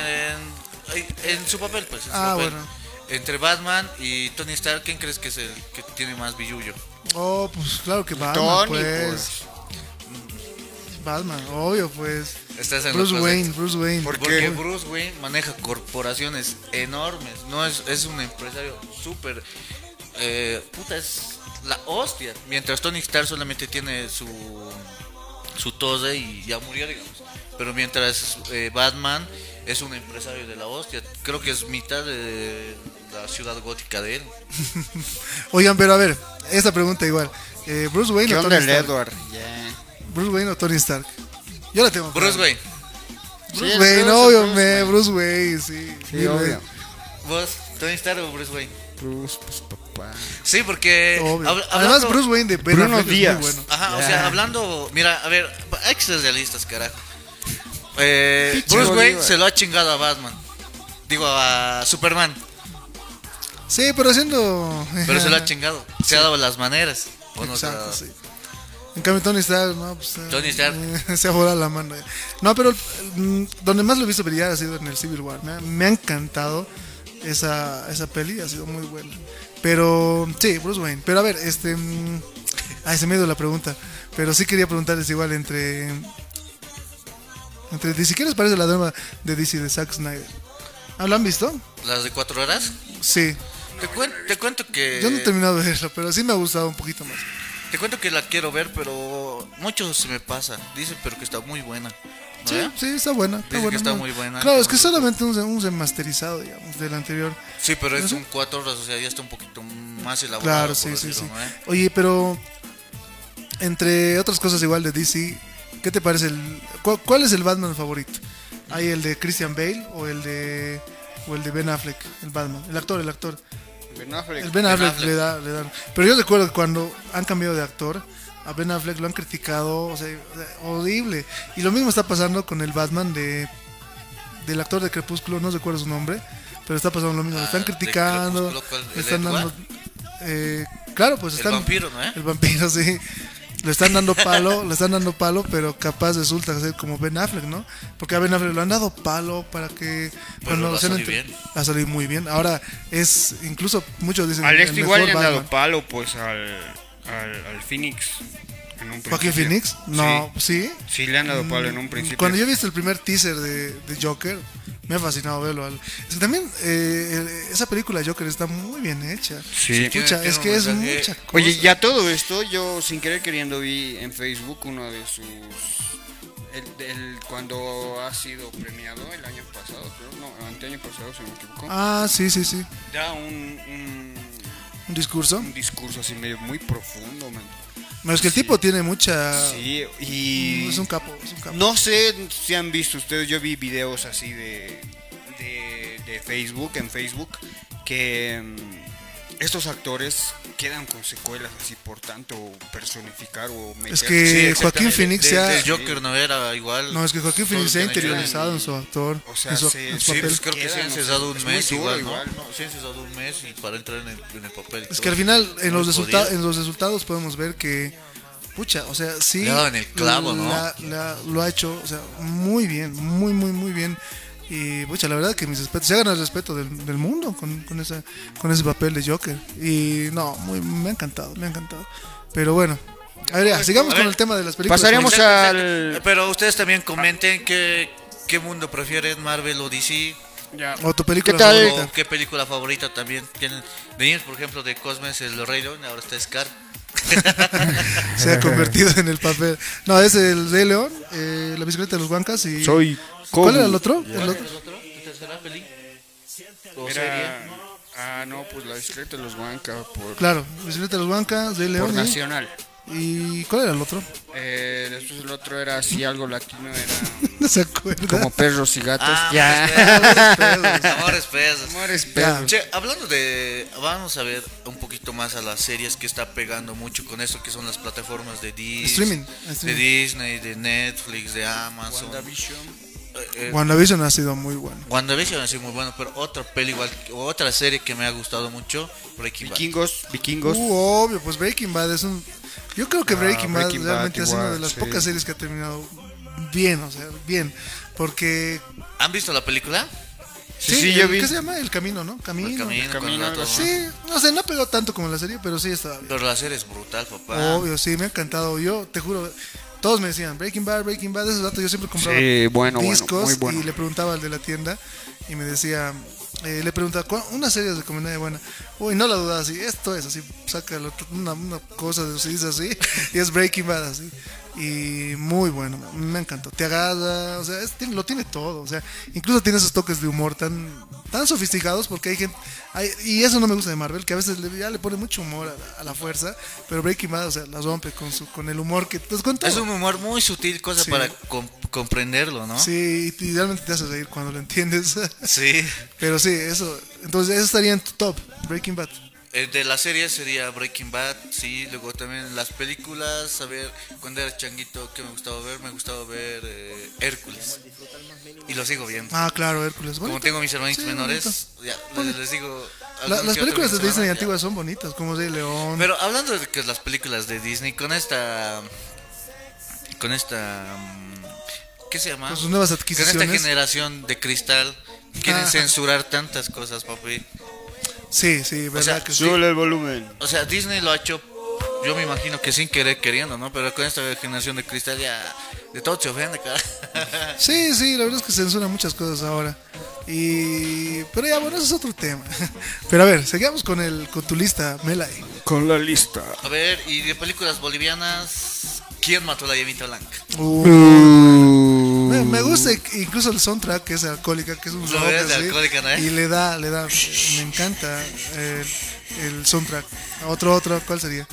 En su papel, pues. Bueno. Entre Batman y Tony Stark, ¿quién crees que es el que tiene más billullo? Oh, pues claro que Batman, Tony, pues. Batman, obvio, pues. Bruce Wayne. Porque Bruce Wayne maneja corporaciones enormes. No es un empresario súper. Es la hostia. Mientras Tony Stark solamente tiene su tose y ya murió, digamos. Pero mientras Batman es un empresario de la hostia. Creo que es mitad de la ciudad gótica de él. Oigan, pero a ver, esta pregunta igual. Bruce Wayne o Tony Stark. Edward? Yeah. Bruce Wayne o Tony Stark. Yo la tengo. Bruce Wayne. Bruce Wayne, obvio, Bruce Wayne, sí. Obvio. ¿Vos, Tony Stark o Bruce Wayne? Bruce, pues papá. Sí, porque además Bruce Wayne de Bruno Díaz. Es muy bueno. Ajá, o sea, hablando, mira, a ver, hay que ser realistas, carajo. Bruce Wayne se lo ha chingado a Batman. Digo, a Superman. Sí, pero Pero se lo ha chingado. Se ha dado las maneras. Exacto, sí. En cambio Tony Stark, no, pues Tony Stark se ha volado la mano. No, pero donde más lo he visto brillar ha sido en el Civil War. Me ha encantado esa peli, ha sido muy buena. Pero sí, Bruce Wayne. Pero a ver, se me dio la pregunta. Pero sí quería preguntarles igual entre DC. ¿Qué les parece la nueva de DC de Zack Snyder? ¿Lo han visto? ¿Las de 4 horas? Sí. Te cuento que... Yo no he terminado de verlo, pero sí me ha gustado un poquito más. Te cuento que la quiero ver, pero mucho se me pasa. Dicen, pero que está muy buena. ¿No? Sí, está buena. Dicen que está muy buena. Claro, es que solamente un remasterizado, digamos, del anterior. Sí, pero es un 4 horas, o sea, ya está un poquito más elaborado. Claro, sí. ¿No? Oye, pero entre otras cosas igual de DC, ¿qué te parece cuál es el Batman favorito? ¿Hay el de Christian Bale o el de Ben Affleck, el Batman? El actor. Ben Affleck. El Ben Affleck le da. Pero yo recuerdo que cuando han cambiado de actor, a Ben Affleck lo han criticado, o sea, horrible. Y lo mismo está pasando con el Batman del actor de Crepúsculo, no recuerdo su nombre, pero está pasando lo mismo. Lo están criticando, le están dando... claro, pues están... El vampiro, ¿no? El vampiro, sí. Le están dando palo, pero capaz resulta ser como Ben Affleck, ¿no? Porque a Ben Affleck lo han dado palo para que... Bueno, ha salido muy bien. Ahora es, incluso muchos dicen... Al igual le han dado palo, pues, al Phoenix. ¿Joaquín Phoenix? No, ¿sí? Sí, le han dado palo en un principio. Cuando yo he visto el primer teaser de Joker, me ha fascinado verlo. Es que también esa película Joker está muy bien hecha. Sí. Escucha, es que es mucha cosa. Oye, ya todo esto, yo sin querer queriendo vi en Facebook uno de sus... cuando ha sido premiado el año pasado, creo. No, anteaño pasado, si no me equivoco. Ah, sí. Da un discurso. Un discurso así medio muy profundo, man. No, es que el tipo tiene mucha... Sí, y... Es un capo. No sé si han visto ustedes, yo vi videos así de Facebook, en Facebook, que estos actores quedan con secuelas así por tanto personificar o meter. Es que Joaquín Phoenix el Joker no era igual. No, es que Joaquín Phoenix se ha interiorizado en su actor. O sea, en su papel. Pues creo que se han cesado un mes igual, ¿no? igual. No, se han cesado un mes y para entrar en el papel. Es que al final en los resultados podemos ver que pucha, o sea, sí. En el clavo, ¿no? Lo ha hecho, o sea, muy bien, muy bien. Y pucha, la verdad que mis respetos, se gana el respeto del mundo con ese papel de Joker. Y no, me ha encantado. Pero bueno, A ver, ya, sigamos con el tema de las películas. Pasaríamos al... Pero ustedes también comenten qué mundo prefieren, Marvel o DC. Ya. O tu película ¿Qué tal? favorita. O qué película favorita también tienen. De niños, por ejemplo, de Cosmos, el Rey León, ahora está Scar. Se ha convertido en el papel. No, es el Rey León, la bicicleta de los Huancas y... Soy ¿Cuál era el otro? ¿Cuál es el otro? ¿La tercera peli? ¿O serie? No, pues la bicicleta de los Huanca Claro, bicicleta de los Huancas, Rey León por Nacional. ¿Y cuál era el otro? Después el otro era así algo latino, era No se acuerda. como perros y gatos. Amores Perros. Amores perros. Che, hablando de... Vamos a ver un poquito más a las series que está pegando mucho con esto, que son las plataformas de Streaming. de Disney, de Netflix, de Amazon. WandaVision ha sido muy bueno. WandaVision ha sido muy bueno, pero otra peli igual, otra serie que me ha gustado mucho, Breaking Bad. Vikingos. Obvio, pues Breaking Bad es un... Yo creo que Breaking Bad Breaking Bad realmente es una igual, de las sí. pocas series que ha terminado bien, o sea, bien. Porque... ¿Han visto la película? Sí, yo vi. ¿Qué se llama? El Camino, ¿no? Camino. Camino, con el gato, Sí, no sé, no pegó tanto como la serie, pero sí estaba bien. Pero la serie es brutal, papá. Obvio, sí, me ha encantado. Yo te juro, todos me decían Breaking Bad, esos datos. Yo siempre compraba discos muy bueno. y le preguntaba al de la tienda y me decía, le preguntaba, una serie de comedia buena. Uy, no la dudaba, así, esto es así, saca una cosa, se dice así, y es Breaking Bad, así. Y muy bueno, me encantó. Te agarra, o sea, lo tiene todo. O sea, incluso tiene esos toques de humor tan sofisticados porque hay gente. Y eso no me gusta de Marvel, que a veces ya le pone mucho humor a la fuerza. Pero Breaking Bad, o sea, la rompe con el humor que. Pues, con todo. Es un humor muy sutil, cosa Sí. para comprenderlo, ¿no? Sí, y realmente te hace reír cuando lo entiendes. Sí. Pero sí, eso. Entonces, eso estaría en tu top, Breaking Bad. De la serie sería Breaking Bad, sí. Luego también las películas, a ver, cuando era changuito, ¿qué me gustaba ver? Me gustaba ver Hércules. Y lo sigo viendo. Ah, claro, Hércules. Como Bonito. tengo mis hermanitos Sí, menores, ya, les digo... Las algún que otro películas de fin Disney semana, ya. antiguas son bonitas, como Rey León. Pero hablando de que las películas de Disney, con esta... ¿Qué se llama? Con sus nuevas Con adquisiciones. esta generación de cristal, quieren censurar tantas cosas, papi. Sí, verdad sea, que sí. Sube el volumen. O sea, Disney lo ha hecho, yo me imagino que sin querer queriendo, ¿no? Pero con esta generación de cristal ya de todo se ofende, cara. Sí, la verdad es que censura muchas cosas ahora. Pero ya, bueno, eso es otro tema. Pero a ver, seguimos con tu lista, Melay. Con la lista. A ver, y de películas bolivianas, ¿quién mató a la llamita blanca? Me gusta incluso el soundtrack, que es Alcohólica, que es un Lo rock ves de así, Alcohólica, ¿no? y le da, me encanta el soundtrack. Otro, ¿cuál sería?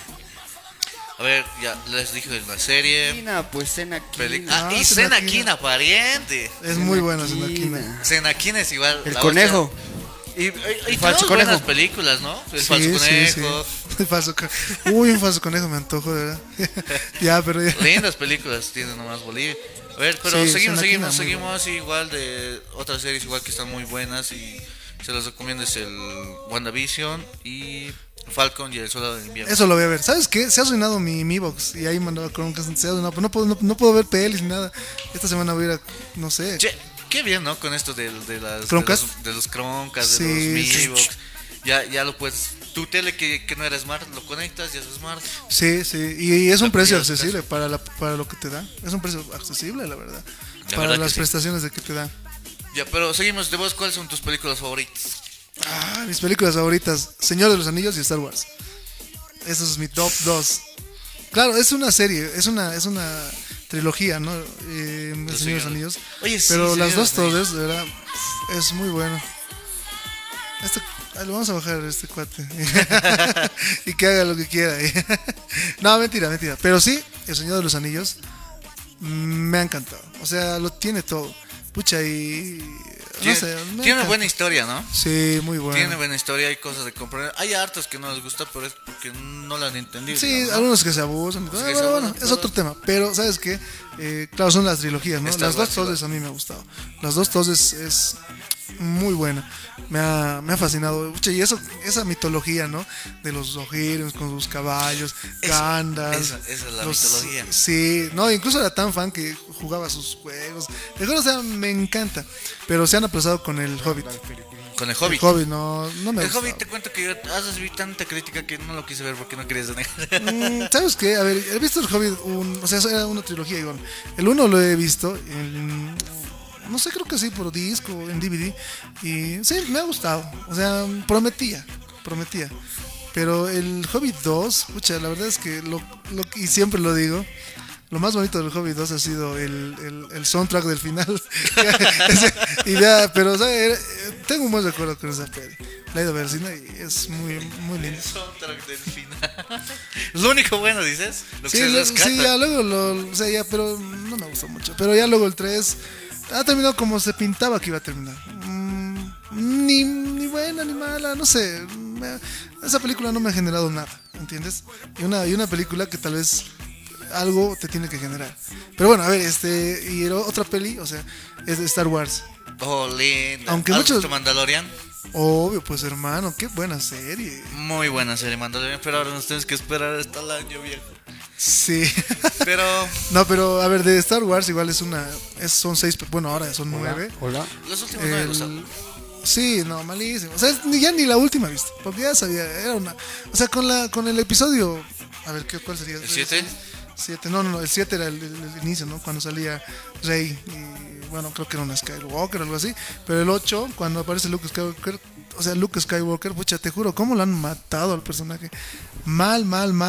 A ver, ya les dije de la serie. Pues Cena Ah, y Senaquina. Senaquina, pariente. Es muy buena Senaquina. Senaquina es igual. El la conejo. otra. Y falso tenemos conejo. buenas películas, ¿no? El Sí, falso sí, conejo. sí. El falso conejo. Uy, un falso conejo me antojo, de verdad. Ya, pero ya. Lindas películas tiene nomás Bolivia. A ver, pero Sí, seguimos Senaquina, muy igual de otras series igual que están muy buenas y se las recomiendo, es el WandaVision y Falcon y el Soldado del Invierno. Eso lo voy a ver. ¿Sabes qué? Se ha arruinado mi box y ahí mandaba con que se ha arruinado. Pero no puedo ver pelis ni nada. Esta semana voy a ir a, no sé. Che, qué bien, ¿no? Con esto de las ¿Chromecast? de los Chromecast, Sí, de los sí. Mi Box. Ya lo puedes. Tu tele que no era smart, lo conectas, ya es smart. Sí, y es un La precio prioridad, accesible para lo que te da. Es un precio accesible, la verdad. La Para verdad que las sí. prestaciones de que te da. Ya, pero seguimos. De vos, ¿cuáles son tus películas favoritas? Mis películas favoritas: Señor de los Anillos y Star Wars. Eso es mi top 2. Claro, es una serie, es una trilogía, ¿no? El Señor de los Anillos. Oye, sí, Pero Señor las de dos los Anillos. torres, de verdad, es muy bueno. Lo vamos a bajar a este cuate. Y que haga lo que quiera. No, mentira. Pero sí, El Señor de los Anillos me ha encantado. O sea, lo tiene todo. Pucha, y... No sé, me Tiene encanta. buena historia, ¿no? Sí, muy bueno. Tiene buena historia, hay cosas de comprender. Hay hartos que no les gusta, pero es porque no la han entendido. Sí, digamos, ¿no? algunos que se abusan. que se Bueno, abusan, es pero- otro tema. Pero, ¿sabes qué? Claro, son las trilogías, ¿no? Estas Las dos las- toses a mí me ha gustado. Las dos toses es muy buena. Me ha fascinado. Pucha, y esa mitología, ¿no? De los Rohirrim con sus caballos, Gandalf. esa es la mitología. Sí, no, incluso era tan fan que jugaba sus juegos. De verdad, o sea, me encanta. Pero se han aplazado con el Hobbit. Con el Hobbit. El Hobbit no me El gustó. Hobbit, te cuento que yo recibí tanta crítica que no lo quise ver porque no quería negar. ¿Sabes qué? A ver, he visto el Hobbit, o sea, era una trilogía igual. El 1 lo he visto, no sé, creo que sí, por disco, en DVD. Y sí, me ha gustado. O sea, prometía. Pero el Hobbit 2, pucha, la verdad es que, y siempre lo digo, lo más bonito del Hobbit 2 ha sido el soundtrack del final. Pero, o sea, tengo un buen recuerdo con esa peli. La he ido a ver al cine y es muy, muy lindo. El soundtrack del final. Lo único bueno, dices. Lo que Sí, se rescata. sí, ya luego o sea, ya, pero no me gustó mucho. Pero ya luego el 3 ha terminado como se pintaba que iba a terminar. Ni buena ni mala, no sé. Esa película no me ha generado nada, ¿entiendes? Y una película que tal vez algo te tiene que generar. Pero bueno, a ver, y otra peli, o sea, es de Star Wars. Oh, linda. Aunque ¿Has muchos... visto Mandalorian? Obvio, pues hermano, qué buena serie. Muy buena serie Mandalorian, pero ahora nos tienes que esperar hasta el año, viejo. Sí. Pero... No, pero a ver, de Star Wars igual son 6, bueno, ahora son 9. Hola. Los últimos 9 gustaron. Sí, no, malísimo. O sea, ya ni la última viste, porque ya sabía, era una... O sea, con el episodio... A ver, ¿cuál sería? ¿El 7? 7, no, el 7 era el inicio, ¿no? Cuando salía Rey y, bueno, creo que era una Skywalker o algo así. Pero el 8, cuando aparece Luke Skywalker, pucha, te juro, ¿cómo lo han matado al personaje? Mal.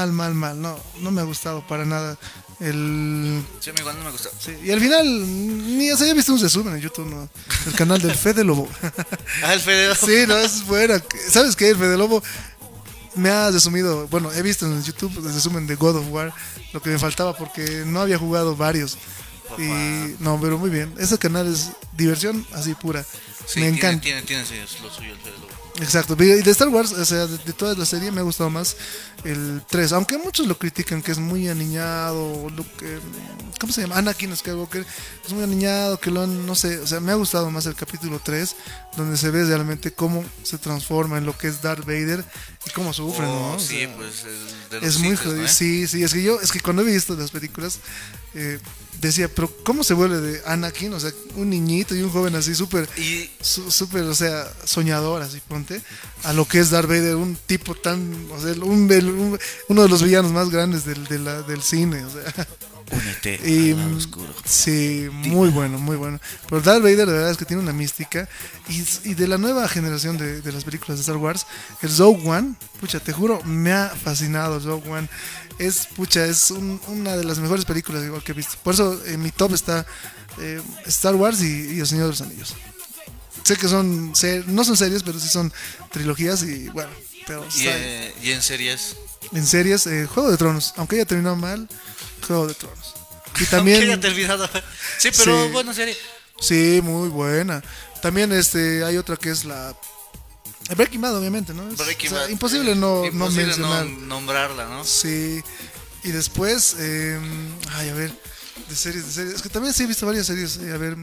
No me ha gustado para nada. Sí, a mí igual no me gustó. Sí, y al final, o sea, ya viste un resumen en YouTube, ¿no? El canal del Fede Lobo. Ah, el Fede Lobo. Sí, no, es buena. ¿Sabes qué? El Fede Lobo me ha resumido, bueno, he visto en YouTube el resumen de God of War, lo que me faltaba porque no había jugado varios. Papá. Y no, pero muy bien. Ese canal es diversión así pura. Sí, me encanta. Tiene lo suyo el Fede Lobo. Exacto, y de Star Wars, o sea, de toda la serie me ha gustado más el 3, aunque muchos lo critican que es muy aniñado, ¿cómo se llama? Anakin Skywalker, es muy aniñado, que no sé, o sea, me ha gustado más el capítulo 3, donde se ve realmente cómo se transforma en lo que es Darth Vader y cómo sufre, ¿no? O Sí, sea, pues de los es muy Sith, jodido, ¿no? sí, es que cuando he visto las películas, decía, pero ¿cómo se vuelve de Anakin? O sea, un niñito y un joven así súper, o sea, soñador, así ponte, a lo que es Darth Vader, un tipo tan, o sea, uno de los villanos más grandes del cine, o sea. Únete Y, al lado oscuro. Sí, muy bueno. Pero Darth Vader de verdad es que tiene una mística. Y de la nueva generación de las películas de Star Wars, el Rogue One, pucha, te juro, me ha fascinado el Rogue One. Es una de las mejores películas igual que he visto. Por eso en mi top está Star Wars y El Señor de los Anillos. Sé que no son series, pero sí son trilogías y bueno. Pero ¿Y en series? En series, Juego de Tronos, aunque haya terminado mal, Juego de Tronos. Y también... Aunque haya terminado. Sí, pero Sí. buena serie. Sí, muy buena. También hay otra que es la Breaking Bad, obviamente, ¿no? Breaking O sea, Bad. imposible no Imposible mencionar. no nombrarla, ¿no? Sí. Y después, a ver, de series. Es que también sí he visto varias series. A ver,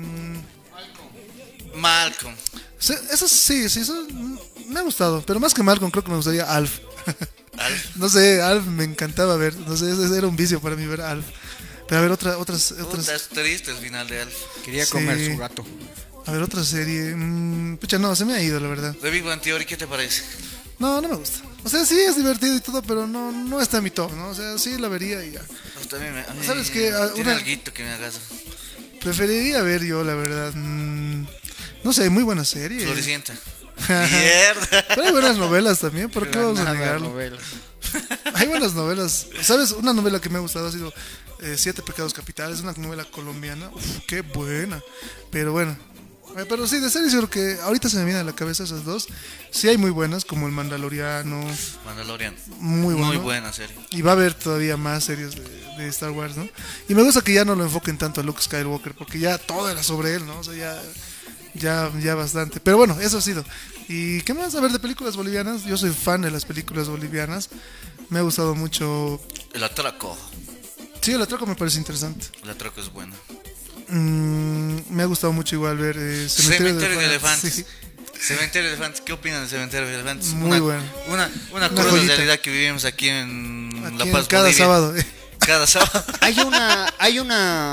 Malcolm. esas sí, me ha gustado. Pero más que Malcolm, creo que me gustaría Alf. Alf. No sé, Alf me encantaba ver. No sé, ese era un vicio para mí ver Alf. Pero a ver, otras. Puta, es triste el final de Alf. Quería Sí. comer su gato. A ver, otra serie. Pucha, no, se me ha ido, la verdad. The Big Bang Theory, ¿qué te parece? No me gusta. O sea, sí es divertido y todo, pero no está en mi top, ¿no? O sea, sí la vería y ya. Pues también ¿Sabes qué? Tiene alguito que me hagas. Preferiría ver yo, la verdad. No sé, muy buena serie. Floricienta. Mierda. Pero hay buenas novelas también, ¿por qué vamos a Nada de negarlo? novelas. Hay buenas novelas. ¿Sabes? Una novela que me ha gustado ha sido Siete Pecados Capitales, una novela colombiana. Uf, qué buena. Pero bueno. Pero sí, de series yo creo que ahorita se me vienen a la cabeza esas dos. Sí hay muy buenas, como El Mandaloriano. Mandalorian. Muy bueno. Muy buena serie. Y va a haber todavía más series de Star Wars, ¿no? Y me gusta que ya no lo enfoquen tanto a Luke Skywalker, porque ya todo era sobre él, ¿no? O sea, ya bastante. Pero bueno, eso ha sido. ¿Y qué más? A ver, de películas bolivianas. Yo soy fan de las películas bolivianas. Me ha gustado mucho. El atraco. Sí, el atraco me parece interesante. El atraco es bueno. Me ha gustado mucho igual ver Cementerio de Elefantes. Sí. Cementerio de Elefantes. ¿Qué opinan de Cementerio de Elefantes? Muy bueno. Una cruda joyita. realidad que vivimos aquí en La Aquí Paz, cada Bolivia. sábado. Cada sábado. Hay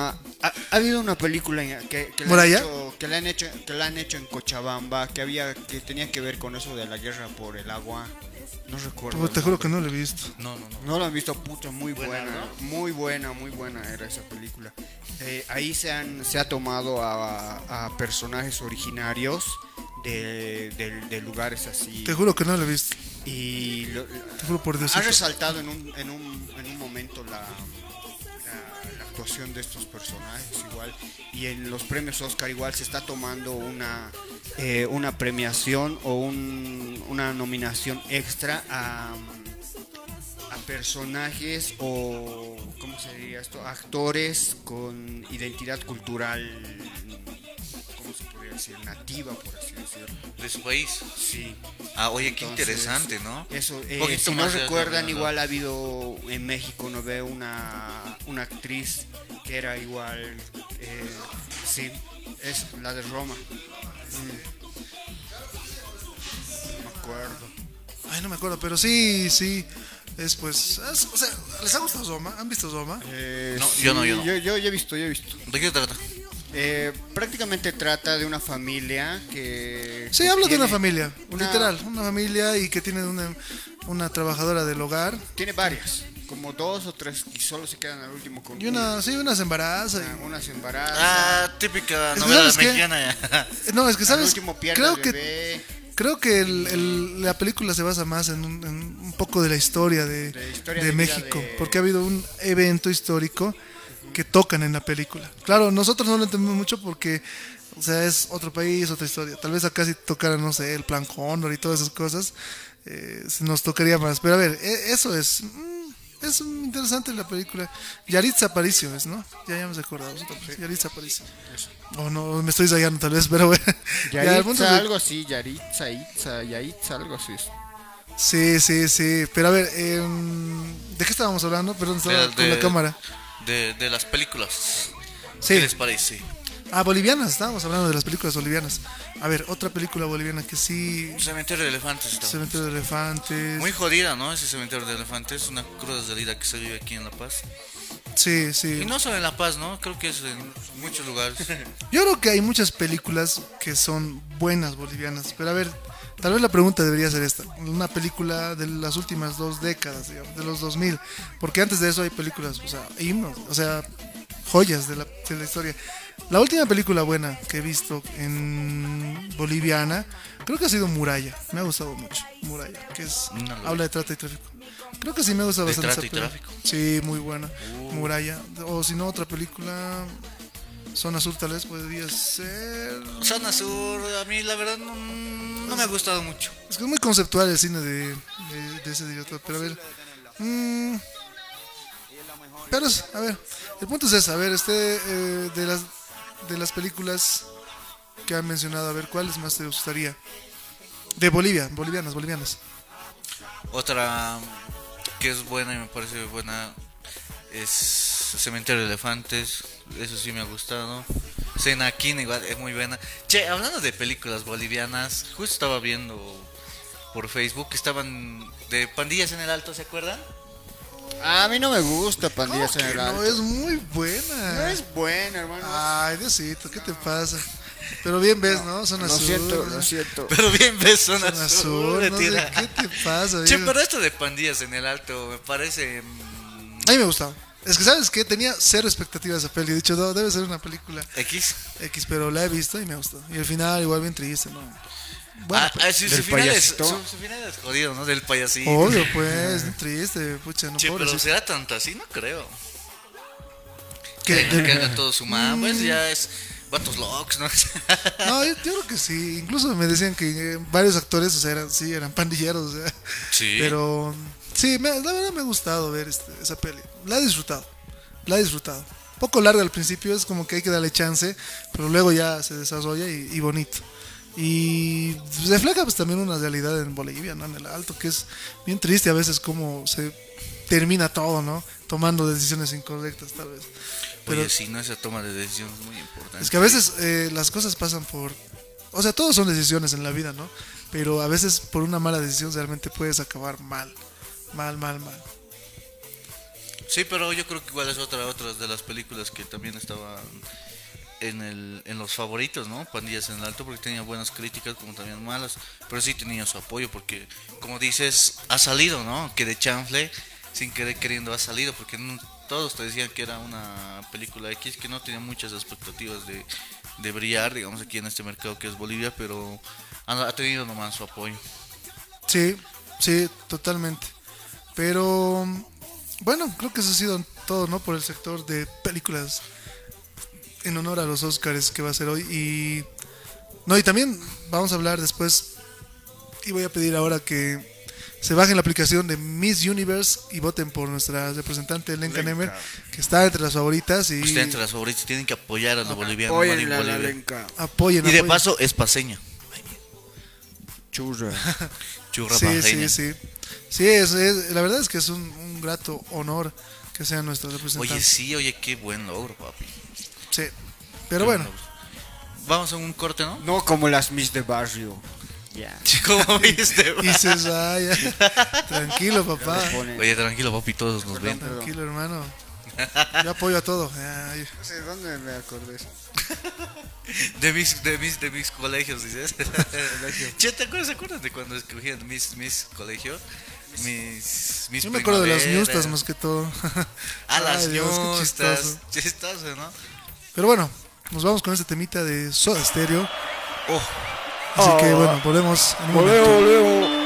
Ha habido una película que la han hecho en Cochabamba que tenía que ver con eso de la guerra por el agua. No recuerdo. Te juro que no lo he visto. No lo han visto, puta, muy buena, ¿no? Muy buena era esa película. Ahí se ha tomado a personajes originarios de lugares así. Te juro que no lo he visto. Y te juro por Dios. Ha resaltado en un momento la actuación de estos personajes igual, y en los premios Oscar igual se está tomando una premiación o una nominación extra a personajes o ¿cómo se diría esto? Actores con identidad cultural, ¿cómo se podría decir? Nativa, por así decirlo. ¿De su país? Sí. Oye, qué interesante, ¿no? Eso, si no recuerdan, igual ha habido en México, no veo una actriz que era igual, sí, es la de Roma. No me acuerdo. Ay, no me acuerdo, pero sí. Es pues, o sea, ¿les ha gustado Soma? ¿Han visto Soma? No, yo no. Yo he visto. ¿De qué trata? Prácticamente trata de una familia Sí, habla de una familia, literal, una familia y que tiene una trabajadora del hogar. Tiene varias, como 2 o 3 y solo se quedan al último con y una se embaraza. Una se embaraza. Típica novela mexicana. No, es que sabes, creo que la película se basa más en un poco de la historia de México, porque ha habido un evento histórico que tocan en la película. Claro, nosotros no lo entendemos mucho porque, o sea, es otro país, otra historia. Tal vez acá si tocaran, no sé, el Plan Cóndor y todas esas cosas, nos tocaría más. Pero a ver, eso es interesante la película. Yaritza Aparicio es, ¿no? Ya me he acordado. Yaritza Aparicio. O no, me estoy ensayando tal vez, pero bueno. Yaritza, algo así, Yaritza, algo así. Sí. Pero a ver, ¿de qué estábamos hablando? Perdón, estaba con la cámara. De las películas. Sí. ¿Qué les parece? Bolivianas, estábamos hablando de las películas bolivianas. A ver, otra película boliviana que sí. Cementerio de Elefantes. Cementerio de Elefantes. Muy jodida, ¿no? Ese Cementerio de Elefantes. Una cruda realidad que se vive aquí en La Paz. Sí. Y no solo en La Paz, ¿no? Creo que es en muchos lugares. Yo creo que hay muchas películas que son buenas bolivianas. Pero a ver, tal vez la pregunta debería ser esta. Una película de las últimas 2 décadas, digamos, de los 2000. Porque antes de eso hay películas, o sea, himnos, o sea, joyas de la historia. La última película buena que he visto en boliviana, creo que ha sido Muralla. Me ha gustado mucho, Muralla, que habla de trata y tráfico. Creo que sí me gusta bastante esa película. Sí, muy buena. Muralla. O si no, otra película, Zona Sur tal vez podría ser. Zona Sur, a mí la verdad no me ha gustado mucho. Es que es muy conceptual el cine de ese director, pero a ver. Pero, a ver, el punto es ese, a ver, de las películas que han mencionado, a ver, ¿cuáles más te gustaría? De Bolivia, bolivianas. Otra que es buena y me parece buena es Cementerio de Elefantes, eso sí me ha gustado. Senaquín igual es muy buena. Che, hablando de películas bolivianas, justo estaba viendo por Facebook que estaban de Pandillas en el Alto, ¿se acuerdan? A mí no me gusta Pandillas en el Alto. No, es muy buena. No es buena, hermano. Ay, Diosito, ¿qué te pasa? Pero bien ves, ¿no? Zona Sur. Lo siento. Pero bien ves Zona Sur. No sé, ¿qué te pasa? Che, pero esto de Pandillas en el Alto me parece... A mí me gustaba. Es que, ¿sabes qué? Tenía 0 expectativas de esa peli. He dicho, no, debe ser una película X, pero la he visto y me gustó. Y el final igual bien triste, ¿no? Bueno, su final es jodido, ¿no? Del payasito. Obvio, pues, triste, pucha, no, che, pobrecito. pero será tanto así, no creo. Que haga todo su mamá, pues ya es vatos locos, ¿no? No, yo creo que sí. Incluso me decían que varios actores, o sea, eran pandilleros, o sea. Sí. Pero sí, la verdad me ha gustado ver esa peli. La he disfrutado. Un poco larga al principio, es como que hay que darle chance, pero luego ya se desarrolla y bonito. Y refleja pues también una realidad en Bolivia, ¿no? En el Alto, que es bien triste a veces cómo se termina todo, ¿no? Tomando decisiones incorrectas tal vez. Pero oye, si no, esa toma de decisiones es muy importante. Es que a veces las cosas pasan por... O sea, todos son decisiones en la vida, ¿no? Pero a veces por una mala decisión realmente puedes acabar mal. Sí, pero yo creo que igual es otra de las películas que también estaban en los favoritos, ¿no? Pandillas en el Alto, porque tenía buenas críticas como también malas, pero sí tenía su apoyo porque, como dices, ha salido, ¿no? Que de chanfle, sin querer queriendo, ha salido, porque todos te decían que era una película X que no tenía muchas expectativas de brillar, digamos, aquí en este mercado que es Bolivia, pero ha tenido nomás su apoyo. Sí, sí, totalmente. Pero bueno, creo que eso ha sido todo, ¿no? Por el sector de películas en honor a los Oscars que va a ser hoy. Y también vamos a hablar después, y voy a pedir ahora que se bajen la aplicación de Miss Universe y voten por nuestra representante Lenka Nemer, que está entre las favoritas. Y está entre las favoritas, tienen que apoyar a los bolivianos. Apoyen a la Lenka. Apoyen. Y de paso es paseña. Churra. Churra sí, paseña. Sí, la verdad es que es un grato honor que sea nuestra representante. Oye, qué buen logro, papi. Sí, pero bueno. Vamos a un corte, ¿no? No como las Miss de barrio. Ya. ¿Cómo viste? Y se vaya. Tranquilo, papá. Oye, tranquilo, papi, todos nos ven. Tranquilo, hermano. Yo apoyo a todo. No sé dónde me acordé eso. De mis colegios, dices. Che, ¿te acuerdas de cuando escogían mis colegios? Mis Yo me acuerdo de las ñustas más que todo. Las Dios, ñustas. Chistoso, ¿no? Pero bueno, nos vamos con este temita de Soda Stereo. Así que bueno, volvemos en un momento.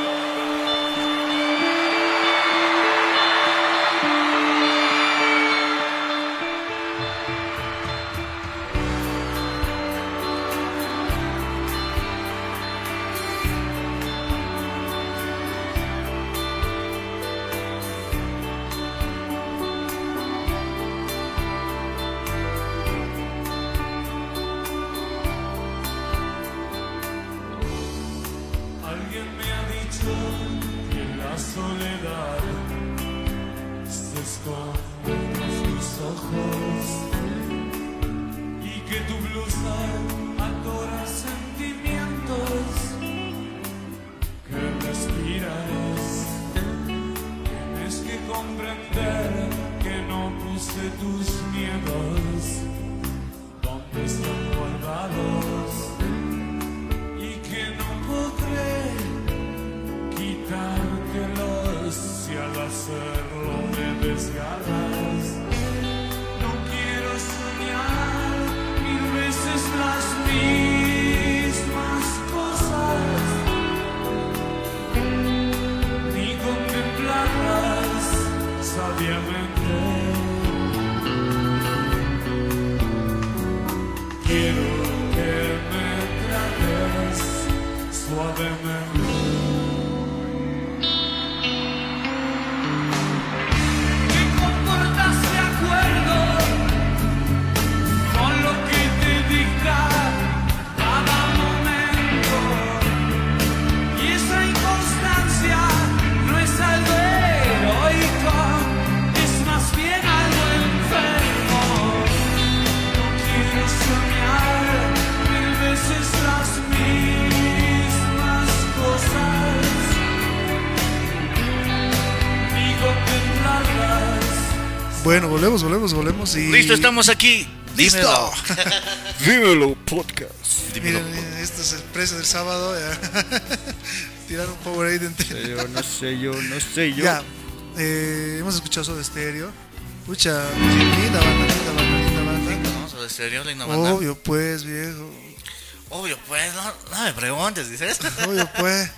Bueno, volvemos y... Listo, estamos aquí. ¡Listo! Dímelo, podcast. Miren, este es el precio del sábado. Tirar un Powerade entero. No sé yo. Ya, hemos escuchado Soda Stereo. Pucha, linda banda. ¿No? Soda Stereo, linda banda. Obvio pues, viejo. Obvio pues, no me preguntes, dices. Obvio pues.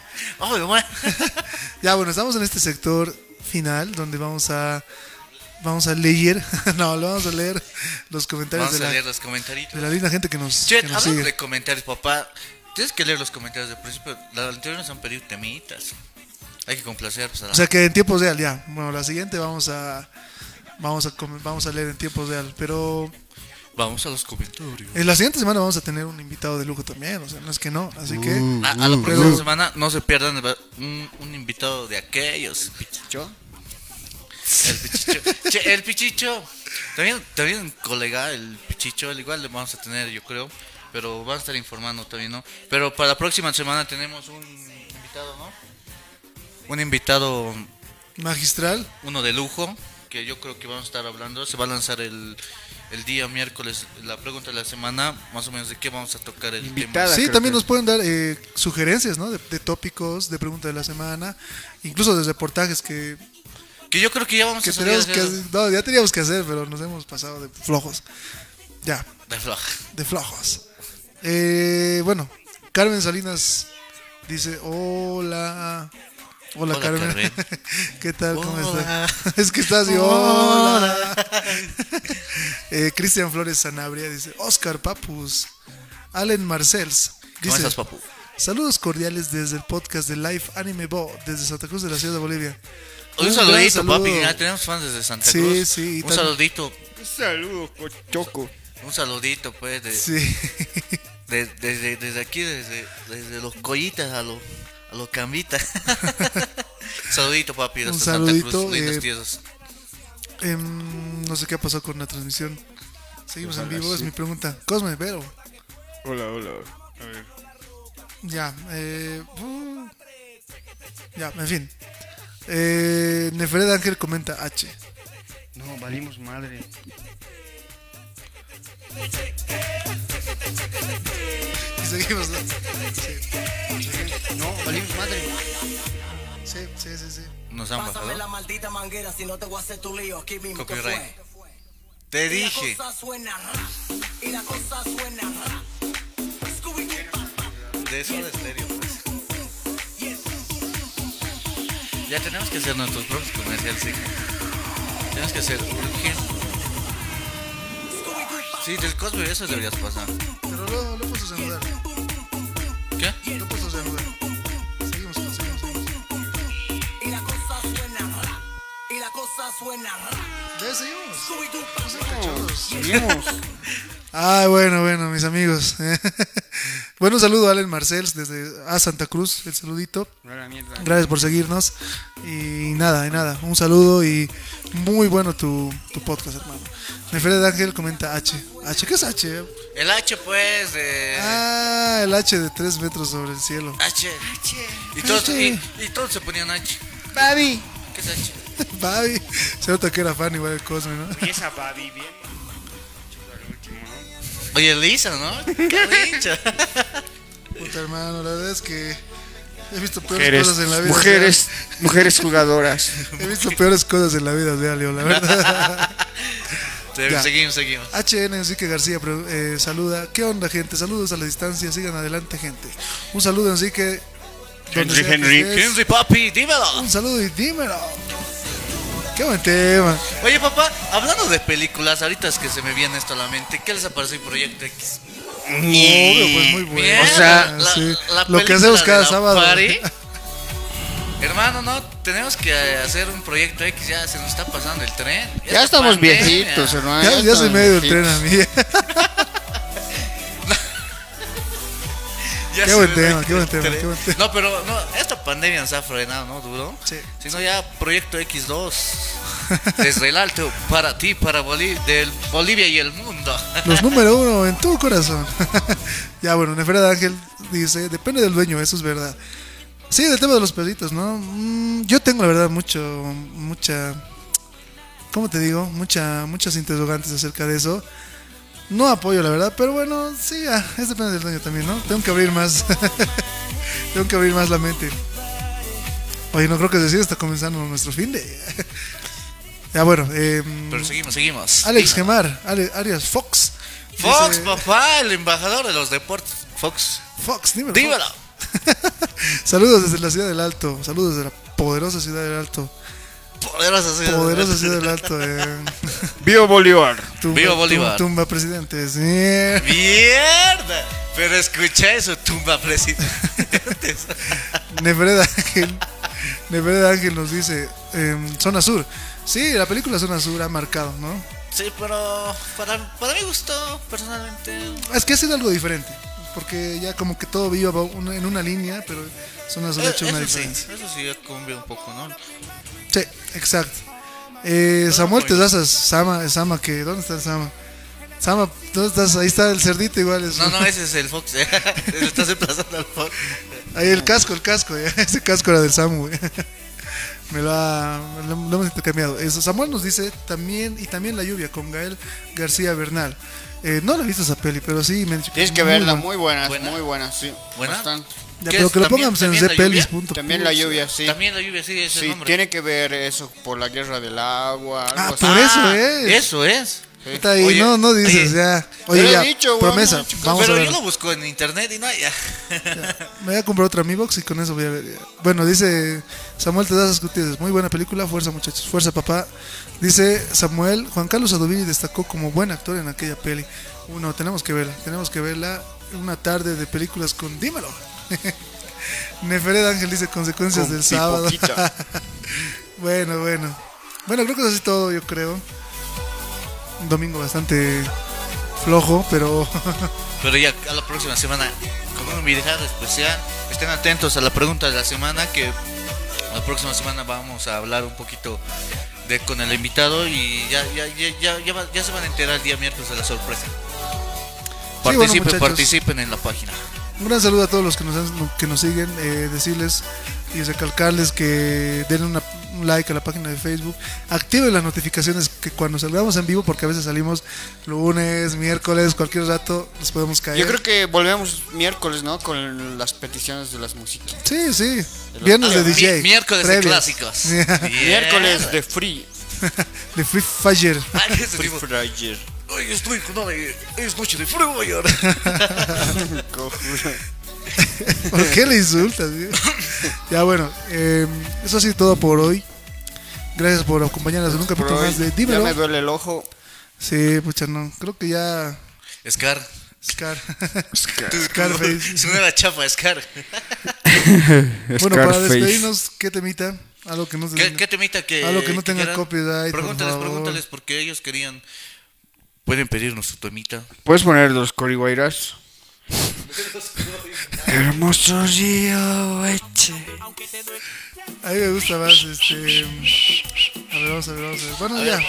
Ya, bueno, estamos en este sector final donde vamos a leer, vamos a leer los comentarios los comentarios de la linda gente que nos hablando sigue. De comentarios, papá, tienes que leer los comentarios del principio. Las anteriores han pedido temitas. Hay que complacer. Pues, o sea que en tiempos real, ya. Bueno, la siguiente vamos a leer en tiempos real, pero vamos a los comentarios. En la siguiente semana vamos a tener un invitado de lujo también, o sea, no es que no, así que a la próxima semana no se pierdan un invitado de aquellos. ¿Pichicho? El Pichicho. También un colega, el Pichicho, al igual le vamos a tener, yo creo. Pero vamos a estar informando también, ¿no? Pero para la próxima semana tenemos un invitado, ¿no? Un invitado magistral. Uno de lujo. que yo creo que vamos a estar hablando. Se va a lanzar el día miércoles la pregunta de la semana, más o menos de qué vamos a tocar el tema. Sí, también nos pueden dar sugerencias, ¿no? De tópicos, de pregunta de la semana, incluso de reportajes que yo creo que ya vamos a hacer. No, ya teníamos que hacer, pero nos hemos pasado de flojos. Ya. De flojos. Bueno, Carmen Salinas dice, hola Carmen. ¿Qué tal? ¿Cómo estás? Es que estás así, hola. Cristian Flores Sanabria dice, Oscar Papus. Allen Marcels dice, ¿cómo estás, papu? Saludos cordiales desde el podcast de Live Anime Bo, desde Santa Cruz de la ciudad de Bolivia. Un saludito, papi, ya tenemos fans desde Santa Cruz. Sí, un saludito. Un saludo, Cochoco. Un saludito, pues, desde aquí, desde los collitas a los cambitas. Saludito, papi, un hasta saludito, Santa Cruz, lindas tierras. No sé qué ha pasado con la transmisión. Seguimos en vivo, es mi pregunta. Cosme, Vero. Hola. A ver. Ya, en fin. Nefred Ángel comenta H. No, valimos madre. Y seguimos, ¿no? Sí. No, valimos madre. Sí. Nos han bajado. La maldita manguera, si no te voy a hacer tu lío aquí mismo. Copyright. Te dije. Y la cosa suena. De eso de estéreo, pues. Ya tenemos que hacer nuestros propios comerciales, sí. Tenemos que hacer urgente. Sí, del Cosme eso deberías pasar. Pero lo puedo saludar. ¿Qué? Lo puedo saludar. Seguimos. Y la cosa suena. Ya Seguimos. Ah, bueno, mis amigos. Bueno, un saludo a Allen Marcels desde Santa Cruz, el saludito. Gracias por seguirnos. Y nada, un saludo y muy bueno tu podcast, hermano. Nefred Ángel comenta H. ¿Qué es H? El H, pues, el H de 3 metros sobre el cielo. H. Y todos se ponían H. Babi. ¿Qué es H? Babi. Se nota que era fan igual el Cosme, ¿no? Y esa Babi bien. Oye, Lisa, ¿no? Qué lincha. Puta, hermano, la verdad es que he visto peores cosas en la vida. Mujeres jugadoras. He visto peores cosas en la vida de Alio, la verdad. Seguimos. HN Enrique García saluda. ¿Qué onda, gente? Saludos a la distancia. Sigan adelante, gente. Un saludo, Enrique. Henry, papi, dímelo. Un saludo y dímelo. Qué buen tema. Oye, papá, hablando de películas, ahorita es que se me viene esto a la mente. ¿Qué les apareció el Proyecto X? Obvio, pues muy bueno. Bien, O sea, lo que hacemos cada sábado. Hermano, no, tenemos que hacer un Proyecto X, ya se nos está pasando el tren. Ya estamos viejitos, hermano. Ya soy medio del tren a mí. Qué buen tema. No, pero esta pandemia nos ha frenado, ¿no? Duro. Sí. Si no, ya Proyecto X2. Desde el alto, para ti, para del Bolivia y el mundo. Los número 1 en tu corazón. Ya, bueno, Nefred Ángel dice, depende del dueño, eso es verdad. Sí, del tema de los perritos, ¿no? Yo tengo, la verdad, mucha... ¿Cómo te digo? Muchas interrogantes acerca de eso. No apoyo, la verdad, pero bueno, sí, es depende del dueño también, ¿no? Tengo que abrir más. Tengo que abrir más la mente. Oye, no creo que decir, está comenzando nuestro fin de... Ya, bueno. Pero seguimos. Alex Gemar, Arias Fox. Fox, dice, papá, el embajador de los deportes. Fox, dímelo. Saludos desde la ciudad del Alto. Saludos desde la poderosa ciudad del Alto. Poderosa ciudad del Alto. Viva Bolívar. Viva Bolívar. Tumba presidentes. Mierda. Pero escucha eso, tumba presidentes. Nefred Ángel nos dice Zona Sur. Sí, la película Zona Sur ha marcado, ¿no? Sí, pero para mí gustó personalmente. Es que ha sido algo diferente. Porque ya como que todo iba en una línea, pero Zona Sur ha hecho una diferencia. Sí, eso sí ha cambiado un poco, ¿no? Sí, exacto. Samuel Tezazas, Sama, que ¿dónde está el Sama? Sama, ¿dónde estás? Ahí está el cerdito igual. No, ese es el Fox. Le estás emplazando al Fox. Ahí el casco, ya. Ese casco era del Samu, güey. lo hemos intercambiado. Samuel nos dice también, y también La lluvia con Gael García Bernal. No la he visto esa peli, pero sí me han dicho tienes que verla, muy buena, sí. ¿Buena? Bastante. Ya, pero que lo pongamos en Zpelis. También La lluvia, sí. También La lluvia, sí, es el Sí, nombre. tiene que ver eso por la guerra del agua. Algo así. Por eso es. Eso es. Está ahí, Oye, no dices oye, ya. te Oye, lo he ya, dicho, promesa. bueno, chicos, Vamos a Pero ver. yo lo busco en internet y no hay. Me voy a comprar otra Mi Box y con eso voy a ver. Bueno, dice Samuel Tedazas Gutiérrez, muy buena película, fuerza muchachos, fuerza papá. Dice Samuel, Juan Carlos Adovini destacó como buen actor en aquella peli. Uno, tenemos que verla. Una tarde de películas con Dímelo. Nefered Ángel dice consecuencias Con del sábado. Pipoquita. Bueno, creo que es así todo, yo creo. Un domingo bastante flojo, pero Pero ya a la próxima semana, con una invitado especial, estén atentos a la pregunta de la semana, que la próxima semana vamos a hablar un poquito con el invitado y ya se van a enterar el día miércoles de la sorpresa. bueno, muchachos. Participen en la página. un gran saludo a todos los que nos siguen, decirles y recalcarles que den un like a la página de Facebook, activen las notificaciones que cuando salgamos en vivo, porque a veces salimos lunes, miércoles, cualquier rato nos podemos caer. Yo creo que volvemos miércoles, ¿no? Con las peticiones de las músicas. Sí, viernes de DJ, miércoles de previas. clásicos. Miércoles de free. de Free Fire. Free Fire. Hoy estoy con es noche de frío. ¿Por qué le insultas, tío? Ya bueno, eso ha sido todo por hoy. Gracias por acompañarnos en un capítulo más de Dímelo. Ya me duele el ojo. Sí, pucha, no. Creo que ya. Scar. Scarface. Su nueva chapa, Scar. Bueno, para despedirnos, ¿qué temita? Algo que no ¿Qué temita que algo que no tenga quieran? copyright. Pregúntales porque ellos querían. Pueden pedirnos su temita. ¿Puedes poner los corihuayras? Hermoso río Eche. A mí me gusta más A ver, vamos a ver. Bueno, ya.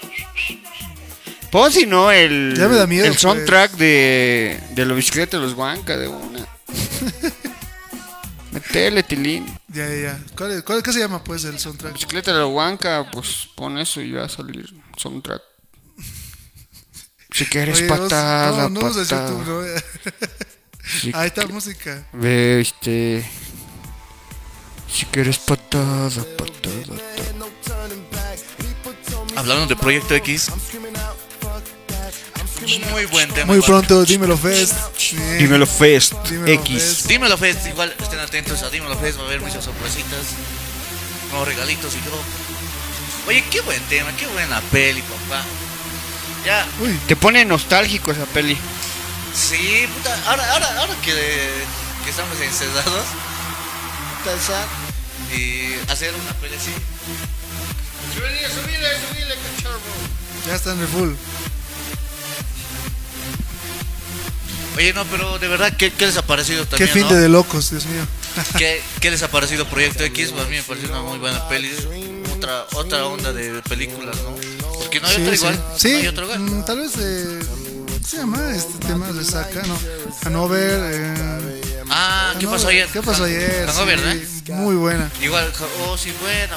Pon si no el, Ya me da miedo, el soundtrack de la bicicleta de los Huanca de una. Metele, Tilín. Ya. ¿Qué se llama pues el soundtrack? Bicicleta de la Huanca, pues pon eso y va a salir soundtrack. Si quieres Oye, patada, no vas a decir patada. tú, bro. Si Ahí está música. Ve, si quieres patada. Hablando de Proyecto X. Muy buen tema. Muy igual. pronto, Dímelo Fest. Bien. Dímelo Fest Dímelo X. Fest. Dímelo Fest, igual estén atentos a Dímelo Fest, va a haber muchas sorpresitas, nuevos regalitos y todo. Oye, qué buen tema, qué buena peli, papá. Ya, Uy, Te pone nostálgico esa peli. sí, puta, ahora que estamos encerrados, puta, y hacer una peli así. Subile, cacharro. ya está en el full. Oye, no, pero de verdad, ¿qué les ha parecido Qué también, fin no? de locos, Dios mío. ¿Qué les ha parecido Proyecto X? Pues a mí me pareció una muy buena peli, otra onda de películas, ¿no? Porque no hay otra igual, Sí, no hay otra igual. tal vez ¿qué se llama este tema de Saca? No, Hanover. Ah, ¿qué pasó ayer? ¿Qué pasó ayer? Hangover, Sí, ¿verdad? muy buena. Igual, sí, buena.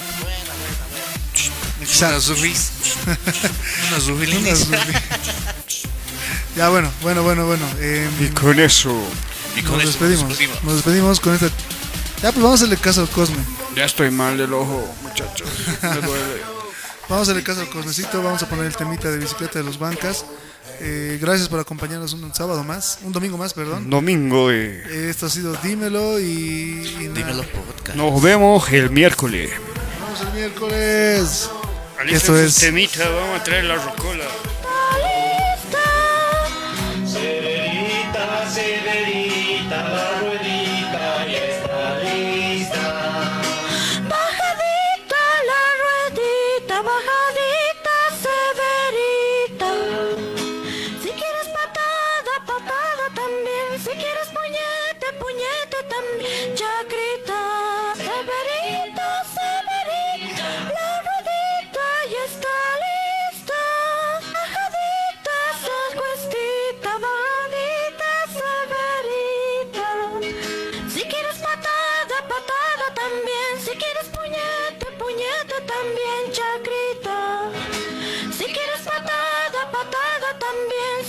Una Zubis. Una Zubilinis. Ya, bueno. Y con eso, Y con Nos eso despedimos. Nos despedimos con esta. Ya, pues vamos a hacerle caso al Cosme. ya estoy mal del ojo, muchachos. Me duele. Vamos a hacerle caso al Cosmecito. Vamos a poner el temita de bicicleta de los bancas. Gracias por acompañarnos un domingo más, perdón. Domingo, Esto ha sido Dímelo y nada. Dímelo podcast. nos vemos el miércoles. Vamos el miércoles. Alisten Esto sus es temitas, vamos a traer la rocola. Bajadita la ruedita, bajadita severita. Si quieres patada, patada también. Si quieres puñete, puñete también. Chacrita, severita, severita. La ruedita ya está lista.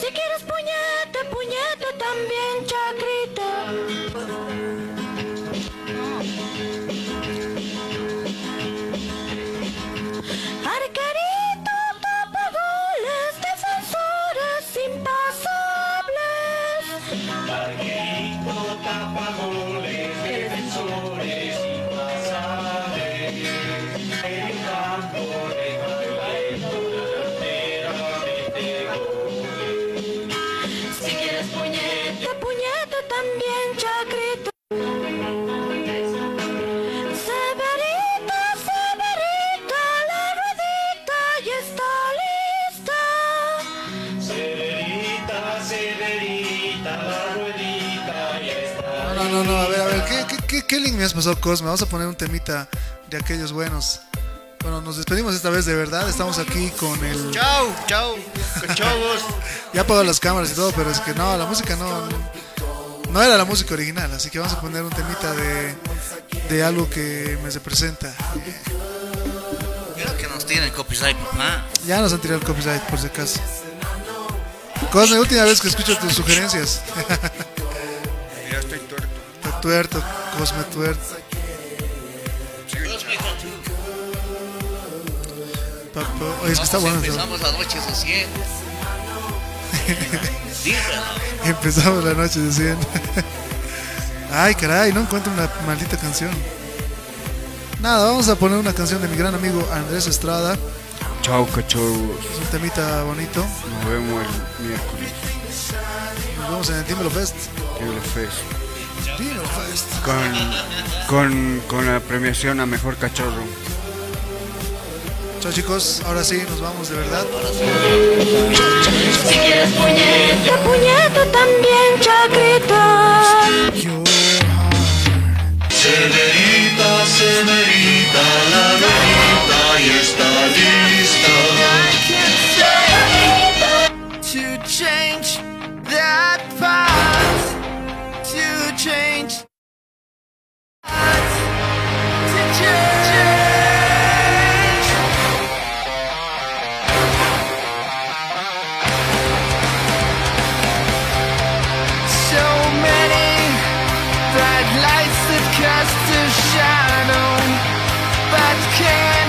Si quieres puñete, puñete también, chacrita. Arquerito, tapagoles, defensores impasables. Arquerito, tapagoles, defensores impasables. El campo de Margarito, la delantera mete goles. Si quieres puñete, puñete también, chacrita. Severita, Severita, la ruedita ya está lista. Severita, Severita, la ruedita ya está. No, a ver, ¿qué link me has pasado, Cosme? Vamos a poner un temita de aquellos buenos. Bueno, nos despedimos esta vez de verdad, estamos aquí con el... Chao, cachavos. Ya apagó las cámaras y todo, pero es que no, la música no era la música original, así que vamos a poner un temita de algo que me representa. Creo que nos tienen copyright, mamá. Ya nos han tirado el copyright, por si acaso. Cosme, última vez que escucho tus sugerencias. Ya estoy tuerto. Está tuerto, Cosme tuerto. Oye, es que está bueno. Empezamos la noche de 100. Dímelo. Empezamos la noche de 100. Ay, caray, no encuentro una maldita canción. Nada, vamos a poner una canción de mi gran amigo Andrés Estrada. Chao, cachavos. Es un temita bonito. Nos vemos el miércoles. Nos vemos en el Dímelo Fest. Dímelo Fest. Dímelo Fest. Con la premiación a mejor cachorro. Chao, chicos, ahora sí, nos vamos de verdad. Si quieres puñete, puñete también, chacrita. Severita, Severita, la ruedita ya está lista. To change that path, to change, to change. So many bright lights that cast a shadow, but can't